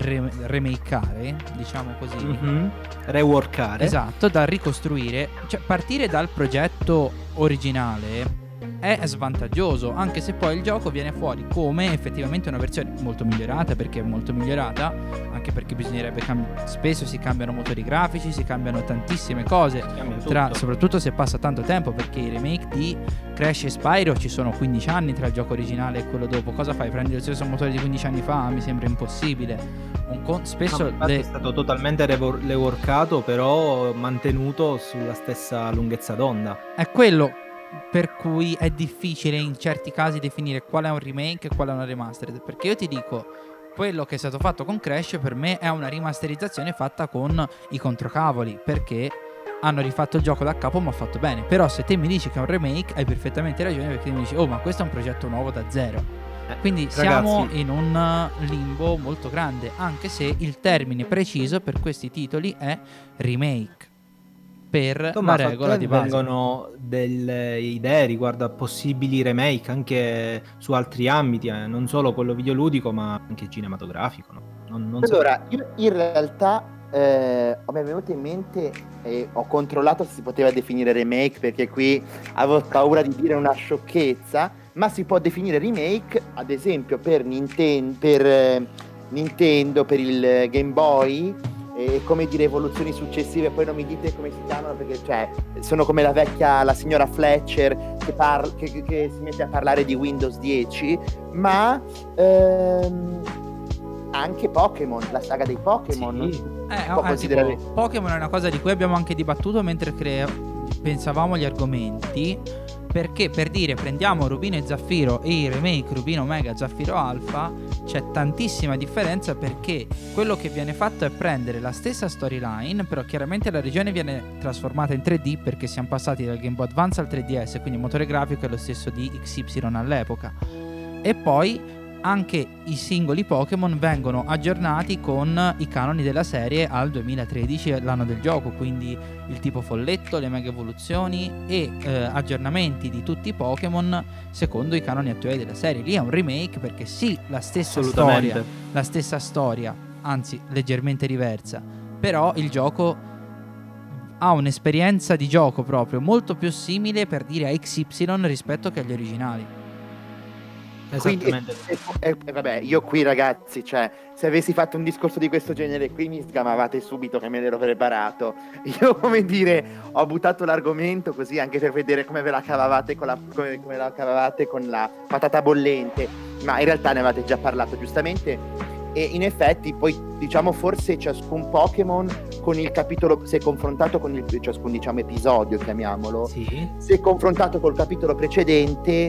remakeare, diciamo così, reworkare, esatto, da ricostruire, cioè partire dal progetto originale è svantaggioso, anche se poi il gioco viene fuori come effettivamente una versione molto migliorata, perché è molto migliorata, anche perché bisognerebbe spesso si cambiano motori grafici, si cambiano tantissime cose, soprattutto se passa tanto tempo, perché i remake di Crash e Spyro ci sono 15 anni tra il gioco originale e quello dopo. Cosa fai? Prendi lo stesso motore di 15 anni fa? Mi sembra impossibile. Spesso è stato totalmente reworkato, però mantenuto sulla stessa lunghezza d'onda. È quello per cui è difficile in certi casi definire qual è un remake e qual è una remastered, perché io ti dico, quello che è stato fatto con Crash per me è una rimasterizzazione fatta con i controcavoli, perché hanno rifatto il gioco da capo ma fatto bene. Però se te mi dici che è un remake hai perfettamente ragione, perché mi dici ma questo è un progetto nuovo da zero. Quindi siamo in un limbo molto grande, anche se il termine preciso per questi titoli è remake per Tommaso, la regola di base. Vengono delle idee riguardo a possibili remake anche su altri ambiti, non solo quello videoludico ma anche cinematografico, no? Allora, io in realtà mi è venuto in mente e ho controllato se si poteva definire remake, perché qui avevo paura di dire una sciocchezza, ma si può definire remake ad esempio per Nintendo, per il Game Boy, e come dire evoluzioni successive. Poi non mi dite come si chiamano, perché cioè sono come la signora Fletcher che si mette a parlare di Windows 10, ma anche Pokémon, la saga dei Pokémon. Sì. Pokémon è una cosa di cui abbiamo anche dibattuto mentre pensavamo agli argomenti, perché per dire prendiamo Rubino e Zaffiro e i remake Rubino Omega, Zaffiro Alpha, c'è tantissima differenza, perché quello che viene fatto è prendere la stessa storyline, però chiaramente la regione viene trasformata in 3D, perché siamo passati dal Game Boy Advance al 3DS, quindi il motore grafico è lo stesso di XY all'epoca, e poi anche i singoli Pokémon vengono aggiornati con i canoni della serie al 2013, l'anno del gioco, quindi il tipo folletto, le mega evoluzioni e aggiornamenti di tutti i Pokémon secondo i canoni attuali della serie. Lì è un remake, perché sì, la stessa storia, anzi leggermente diversa, però il gioco ha un'esperienza di gioco proprio molto più simile, per dire, a XY rispetto che agli originali. Esattamente. Vabbè, io qui ragazzi, cioè, se avessi fatto un discorso di questo genere qui mi sgamavate subito che me l'ero preparato. Io, come dire, ho buttato l'argomento così anche per vedere come ve la cavavate come la cavavate con la patata bollente, ma in realtà ne avete già parlato giustamente. E in effetti poi diciamo forse ciascun Pokémon con il capitolo, se confrontato con ciascun diciamo episodio, chiamiamolo, Sì. se confrontato col capitolo precedente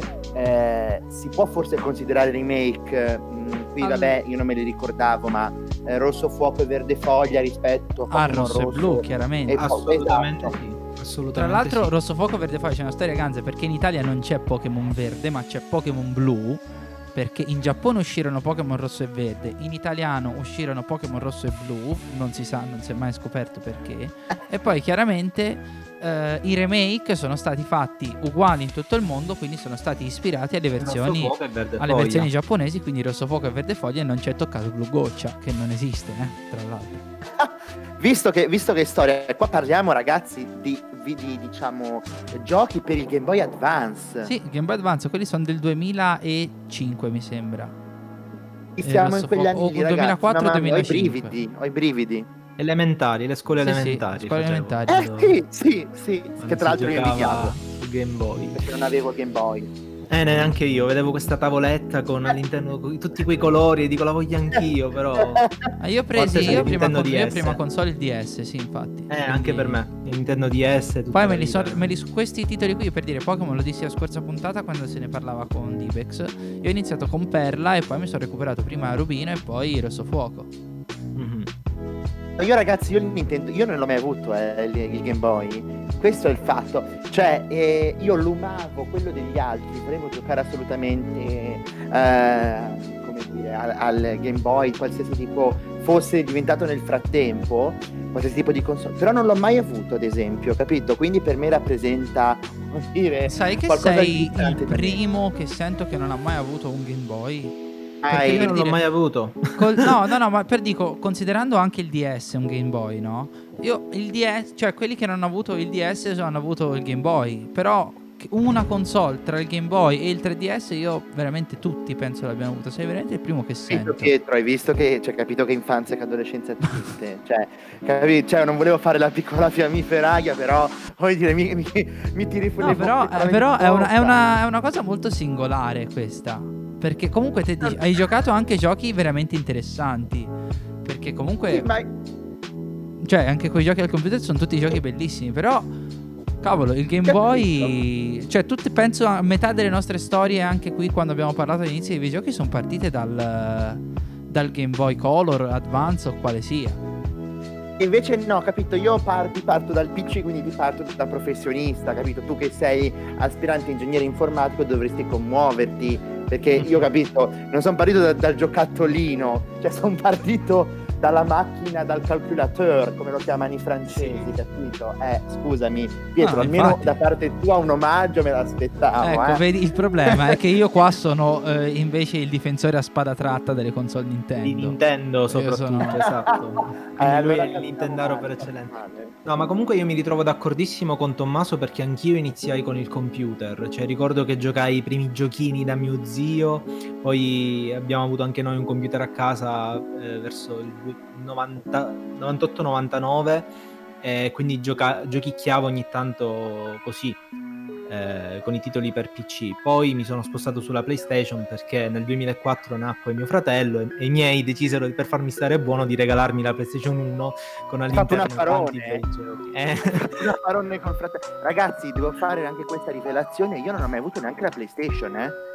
si può forse considerare remake. Qui vabbè, io non me li ricordavo, ma Rosso Fuoco e Verde Foglia rispetto a Pokémon Rosso e Blu, chiaramente. Assolutamente esatto. sì. Tra Assolutamente l'altro sì. Rosso Fuoco Verde Foglia c'è una storia ganza, perché in Italia non c'è Pokémon Verde ma c'è Pokémon Blu, perché in Giappone uscirono Pokémon Rosso e Verde, in italiano uscirono Pokémon Rosso e Blu, non si sa, non si è mai scoperto perché, e poi chiaramente i remake sono stati fatti uguali in tutto il mondo, quindi sono stati ispirati alle versioni, Rosso Fuoco e Verde alle Foglia. versioni giapponesi, quindi Rosso Fuoco e Verde Foglia, e non c'è toccato Blu Goccia, che non esiste, tra l'altro. Visto che storia, qua parliamo ragazzi di diciamo giochi per il Game Boy Advance. Sì, Game Boy Advance, quelli sono del 2005 mi sembra. Siamo Rosso in quegli Fuoco, anni lì, o ragazzi. 2004 Mamma mia, 2005. ho i brividi. Elementari, le scuole Sì, sì, elementari. scuole facevo. elementari. Sì, Quando che tra si l'altro io giocava invidiavo, su Game Boy. perché non avevo Game Boy. Neanche io, vedevo questa tavoletta con all'interno tutti quei colori e dico la voglio anch'io, però... Io ho Forse preso se io Nintendo prima DS. console il DS, sì, infatti. Anche Quindi- per me, il Nintendo DS. tutta Poi la me li vita. su questi titoli qui, per dire Pokémon, lo dissi la scorsa puntata quando se ne parlava con Divex. Io ho iniziato con Perla e poi mi sono recuperato prima Rubino e poi Rosso Fuoco. Mhm. Io ragazzi, io il Nintendo, io non l'ho mai avuto il Game Boy. Questo è il fatto. Cioè, io lumavo quello degli altri, volevo giocare assolutamente come dire, al Game Boy, qualsiasi tipo fosse diventato nel frattempo, qualsiasi tipo di console. Però non l'ho mai avuto, ad esempio, capito? Quindi per me rappresenta, come dire, Sai che qualcosa di sei il distante da me. primo che sento che non ha mai avuto un Game Boy? Ah, perché Io per non l'ho dire- mai avuto. No, ma per dico, considerando anche il DS un Game Boy, no? Io il DS, cioè quelli che non hanno avuto il DS hanno avuto il Game Boy, però una console tra il Game Boy e il 3DS io veramente tutti penso l'abbiamo avuto, sei veramente il primo che sento. Pietro, hai visto che, cioè, capito che infanzia e che adolescenza triste, cioè, non volevo fare la piccola fiammiferaia, però, vuoi dire, mi tiri fuori No, le però, boccette però di è bocca. una cosa molto singolare questa, perché comunque te hai giocato anche giochi veramente interessanti, perché comunque... Sì, ma Cioè, anche quei giochi al computer sono tutti giochi bellissimi, però cavolo, il Game Capito. Boy, cioè tutti penso a metà delle nostre storie anche qui quando abbiamo parlato all'inizio dei videogiochi sono partite dal Game Boy Color, Advance o quale sia. invece no, capito, io parto dal PC, quindi ti parto da professionista, capito? Tu che sei aspirante ingegnere informatico dovresti commuoverti, perché io, capito, non sono partito dal giocattolino, cioè sono partito dalla macchina, dal calculateur, come lo chiamano i francesi, capito? Scusami, Pietro, Ah, almeno infatti. da parte tua un omaggio me l'aspettavo, Ecco, vedi, il problema è che io qua sono invece il difensore a spada tratta delle console Di Nintendo. Nintendo soprattutto, sono- esatto. Quindi lui è il Nintendaro per eccellenza. No, ma comunque io mi ritrovo d'accordissimo con Tommaso, perché anch'io iniziai con il computer. Cioè, ricordo che giocai i primi giochini da mio zio, poi abbiamo avuto anche noi un computer a casa verso il 98-99, e quindi giochicchiavo ogni tanto così, con i titoli per PC. Poi mi sono spostato sulla PlayStation perché nel 2004 nacque mio fratello e i miei decisero, per farmi stare buono, di regalarmi la PlayStation 1 con fatto un all'interno tanti affarone. bei giochi. Una parone col fratello. Ragazzi, devo fare anche questa rivelazione, io non ho mai avuto neanche la PlayStation,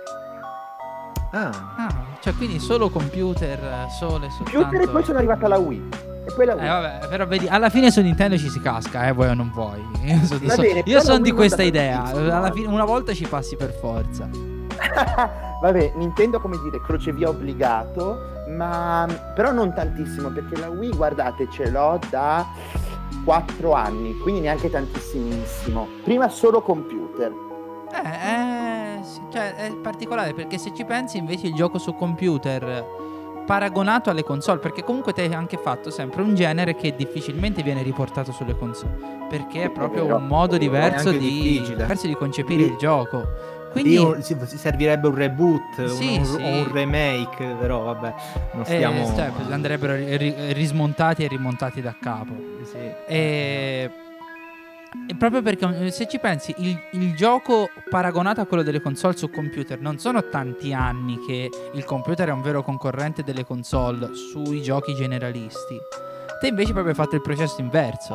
Cioè quindi solo computer, solo e soltanto... Computer, e poi sono arrivata alla Wii. E poi la Wii. Vabbè, però vedi, alla fine su Nintendo ci si casca, vuoi o non vuoi. Va bene, però Io sono la di Wii questa non idea. dappertutto. Alla fine, una volta ci passi per forza. Vabbè, Nintendo, come dire, crocevia obbligato, ma però non tantissimo, perché la Wii, guardate, ce l'ho da 4 anni, quindi neanche tantissimissimo. Prima solo computer. Sì, cioè è particolare perché se ci pensi invece il gioco su computer paragonato alle console, perché comunque te hai anche fatto sempre un genere che difficilmente viene riportato sulle console, perché è proprio vero. un modo diverso anche di, difficile. concepire Lì- il gioco. Lì Quindi si servirebbe un reboot, Sì, o sì. un remake, però vabbè, non stiamo... cioè, andrebbero rismontati e rimontati da capo. Sì. E proprio perché se ci pensi, il gioco paragonato a quello delle console su computer, non sono tanti anni che il computer è un vero concorrente delle console sui giochi generalisti. Te invece proprio hai fatto il processo inverso.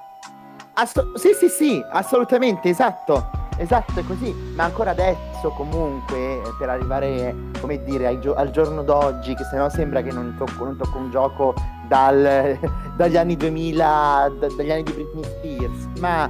Sì, assolutamente, esatto, è così, ma ancora adesso comunque, per arrivare, come dire, al giorno d'oggi, che sennò sembra che non tocco un gioco dagli anni 2000, dagli anni di Britney Spears, ma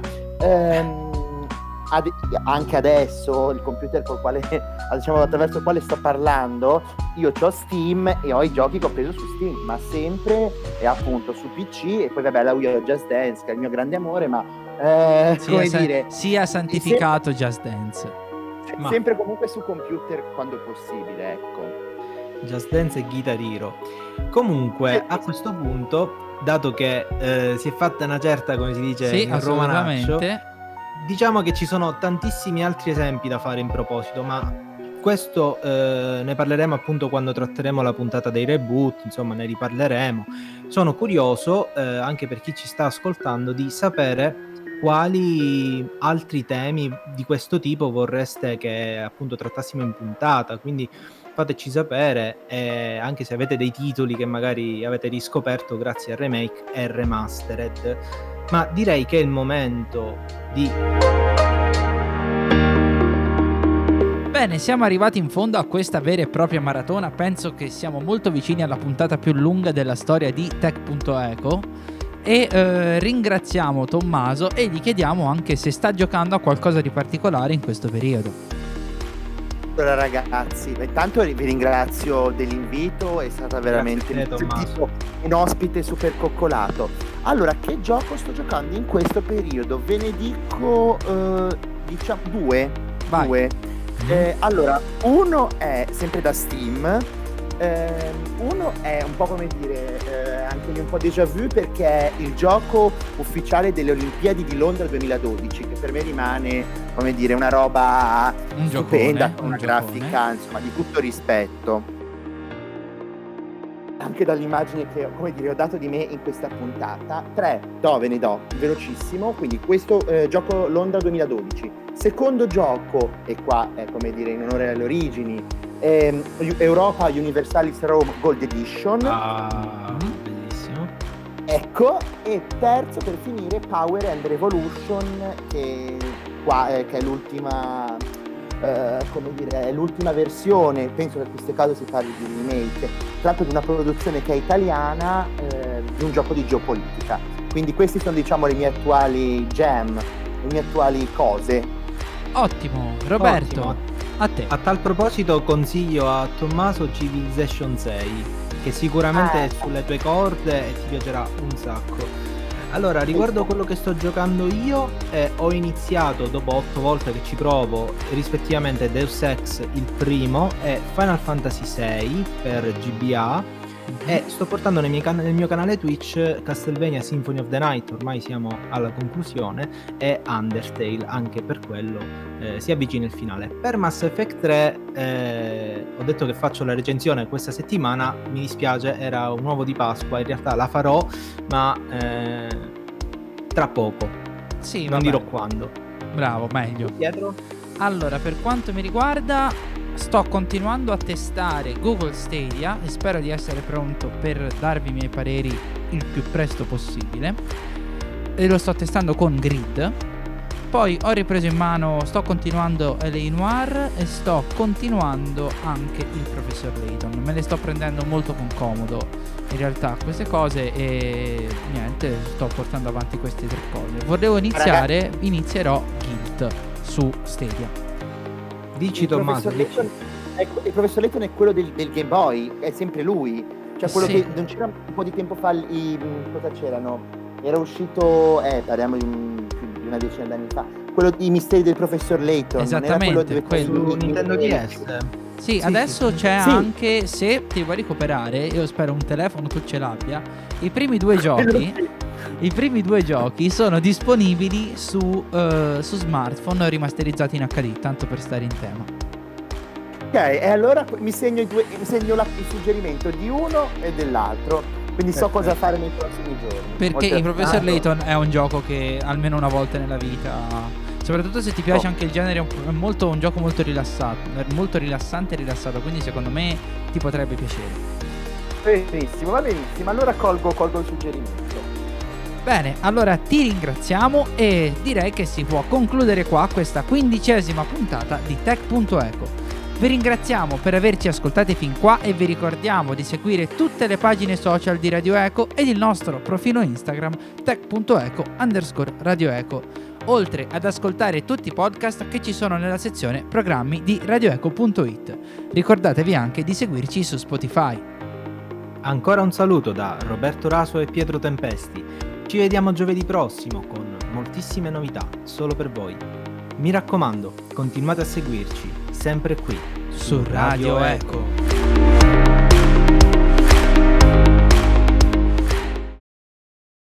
anche adesso il computer col quale, diciamo, attraverso il quale sto parlando, io ho Steam e ho i giochi che ho preso su Steam, ma sempre e appunto su PC, e poi vabbè la Wii ho Just Dance, che è il mio grande amore, ma come dire, sia santificato Just Dance. Ma- sempre comunque su computer quando è possibile, ecco. Just Dance e Guitar Hero. Comunque, a questo punto, dato che si è fatta una certa, come si dice Sì, in romanaccio, assolutamente. diciamo che ci sono tantissimi altri esempi da fare in proposito, ma questo ne parleremo appunto quando tratteremo la puntata dei reboot, insomma ne riparleremo. Sono curioso, anche per chi ci sta ascoltando, di sapere quali altri temi di questo tipo vorreste che appunto trattassimo in puntata, quindi fateci sapere, anche se avete dei titoli che magari avete riscoperto grazie al remake e remastered. Ma direi che è il momento di... Bene, siamo arrivati in fondo a questa vera e propria maratona. Penso che siamo molto vicini alla puntata più lunga della storia di Tech.eco. E ringraziamo Tommaso e gli chiediamo anche se sta giocando a qualcosa di particolare in questo periodo. Allora ragazzi, intanto vi ringrazio dell'invito, è stata veramente Grazie a te, Tommaso. un ospite super coccolato. Allora, che gioco sto giocando in questo periodo? Ve ne dico diciamo due. Vai. Due. Allora, uno è sempre da Steam, uno è un po' come dire, anche lì un po' déjà vu, perché è il gioco ufficiale delle Olimpiadi di Londra 2012, che per me rimane, come dire, una roba Un stupenda, giocone, con un una giocone. grafica, insomma, di tutto rispetto. Anche dall'immagine che, come dire, ho dato di me in questa puntata. Ve ne do, velocissimo. Quindi questo gioco Londra 2012. Secondo gioco, e qua è come dire in onore alle origini, Europa Universalis Rome Gold Edition. Bellissimo. Ecco, e terzo per finire Power and Revolution, che è l'ultima, come dire, è l'ultima versione. Penso che in questo caso si parli di remake, tratta di una produzione che è italiana, di un gioco di geopolitica. Quindi questi sono, diciamo, le mie attuali gem, le mie attuali cose. Ottimo, Roberto, Ottimo. a te. A tal proposito consiglio a Tommaso Civilization 6, che sicuramente è sulle tue corde e ti piacerà un sacco. Allora, riguardo quello che sto giocando io, ho iniziato dopo 8 volte che ci provo, rispettivamente Deus Ex il primo e Final Fantasy 6 per GBA, e sto portando nel mio canale Twitch Castlevania Symphony of the Night, ormai siamo alla conclusione, e Undertale, anche per quello si avvicina il finale. Per Mass Effect 3 ho detto che faccio la recensione questa settimana, mi dispiace, era un uovo di Pasqua, in realtà la farò, ma tra poco, Sì, non vabbè. dirò quando. Bravo, meglio. Pietro? Allora, per quanto mi riguarda, sto continuando a testare Google Stadia e spero di essere pronto per darvi i miei pareri il più presto possibile. E lo sto testando con Grid. Poi ho ripreso in mano, sto continuando L.A. Noire e sto continuando anche il Professor Layton. Me le sto prendendo molto con comodo in realtà queste cose e niente, sto portando avanti queste tre cose. Volevo iniziare, inizierò Guild su Stadia. Dici Tommaso, dici. Il Professor Layton è quello del Game Boy, è sempre lui. Cioè quello Sì. che non c'era un po' di tempo fa, cosa c'erano? Era uscito, parliamo di una decina d'anni fa, quello i misteri del professor Layton. Esattamente, non era quello Su dove Nintendo DS. Sì, Sì, adesso sì, sì. c'è Sì. anche, se ti vuoi recuperare, io spero un telefono tu ce l'abbia, i primi due giochi, i primi due giochi sono disponibili su smartphone rimasterizzati in HD, tanto per stare in tema. Ok, e allora mi segno il suggerimento di uno e dell'altro, quindi so cosa fare nei prossimi giorni. Perché Oltre il a Professor Stato. Layton è un gioco che almeno una volta nella vita, soprattutto se ti piace anche il genere, è un gioco molto rilassato, molto rilassante e rilassato, quindi secondo me ti potrebbe piacere. Benissimo, va benissimo, allora colgo il suggerimento. Bene, allora ti ringraziamo e direi che si può concludere qua questa 15ª puntata di Tech.eco. Vi ringraziamo per averci ascoltati fin qua e vi ricordiamo di seguire tutte le pagine social di Radio Eco ed il nostro profilo Instagram tech.eco_Radio Eco, oltre ad ascoltare tutti i podcast che ci sono nella sezione programmi di radioeco.it. Ricordatevi anche di seguirci su Spotify. Ancora un saluto da Roberto Raso e Pietro Tempesti. Ci vediamo giovedì prossimo con moltissime novità solo per voi. Mi raccomando, continuate a seguirci, sempre qui Su Radio Eco.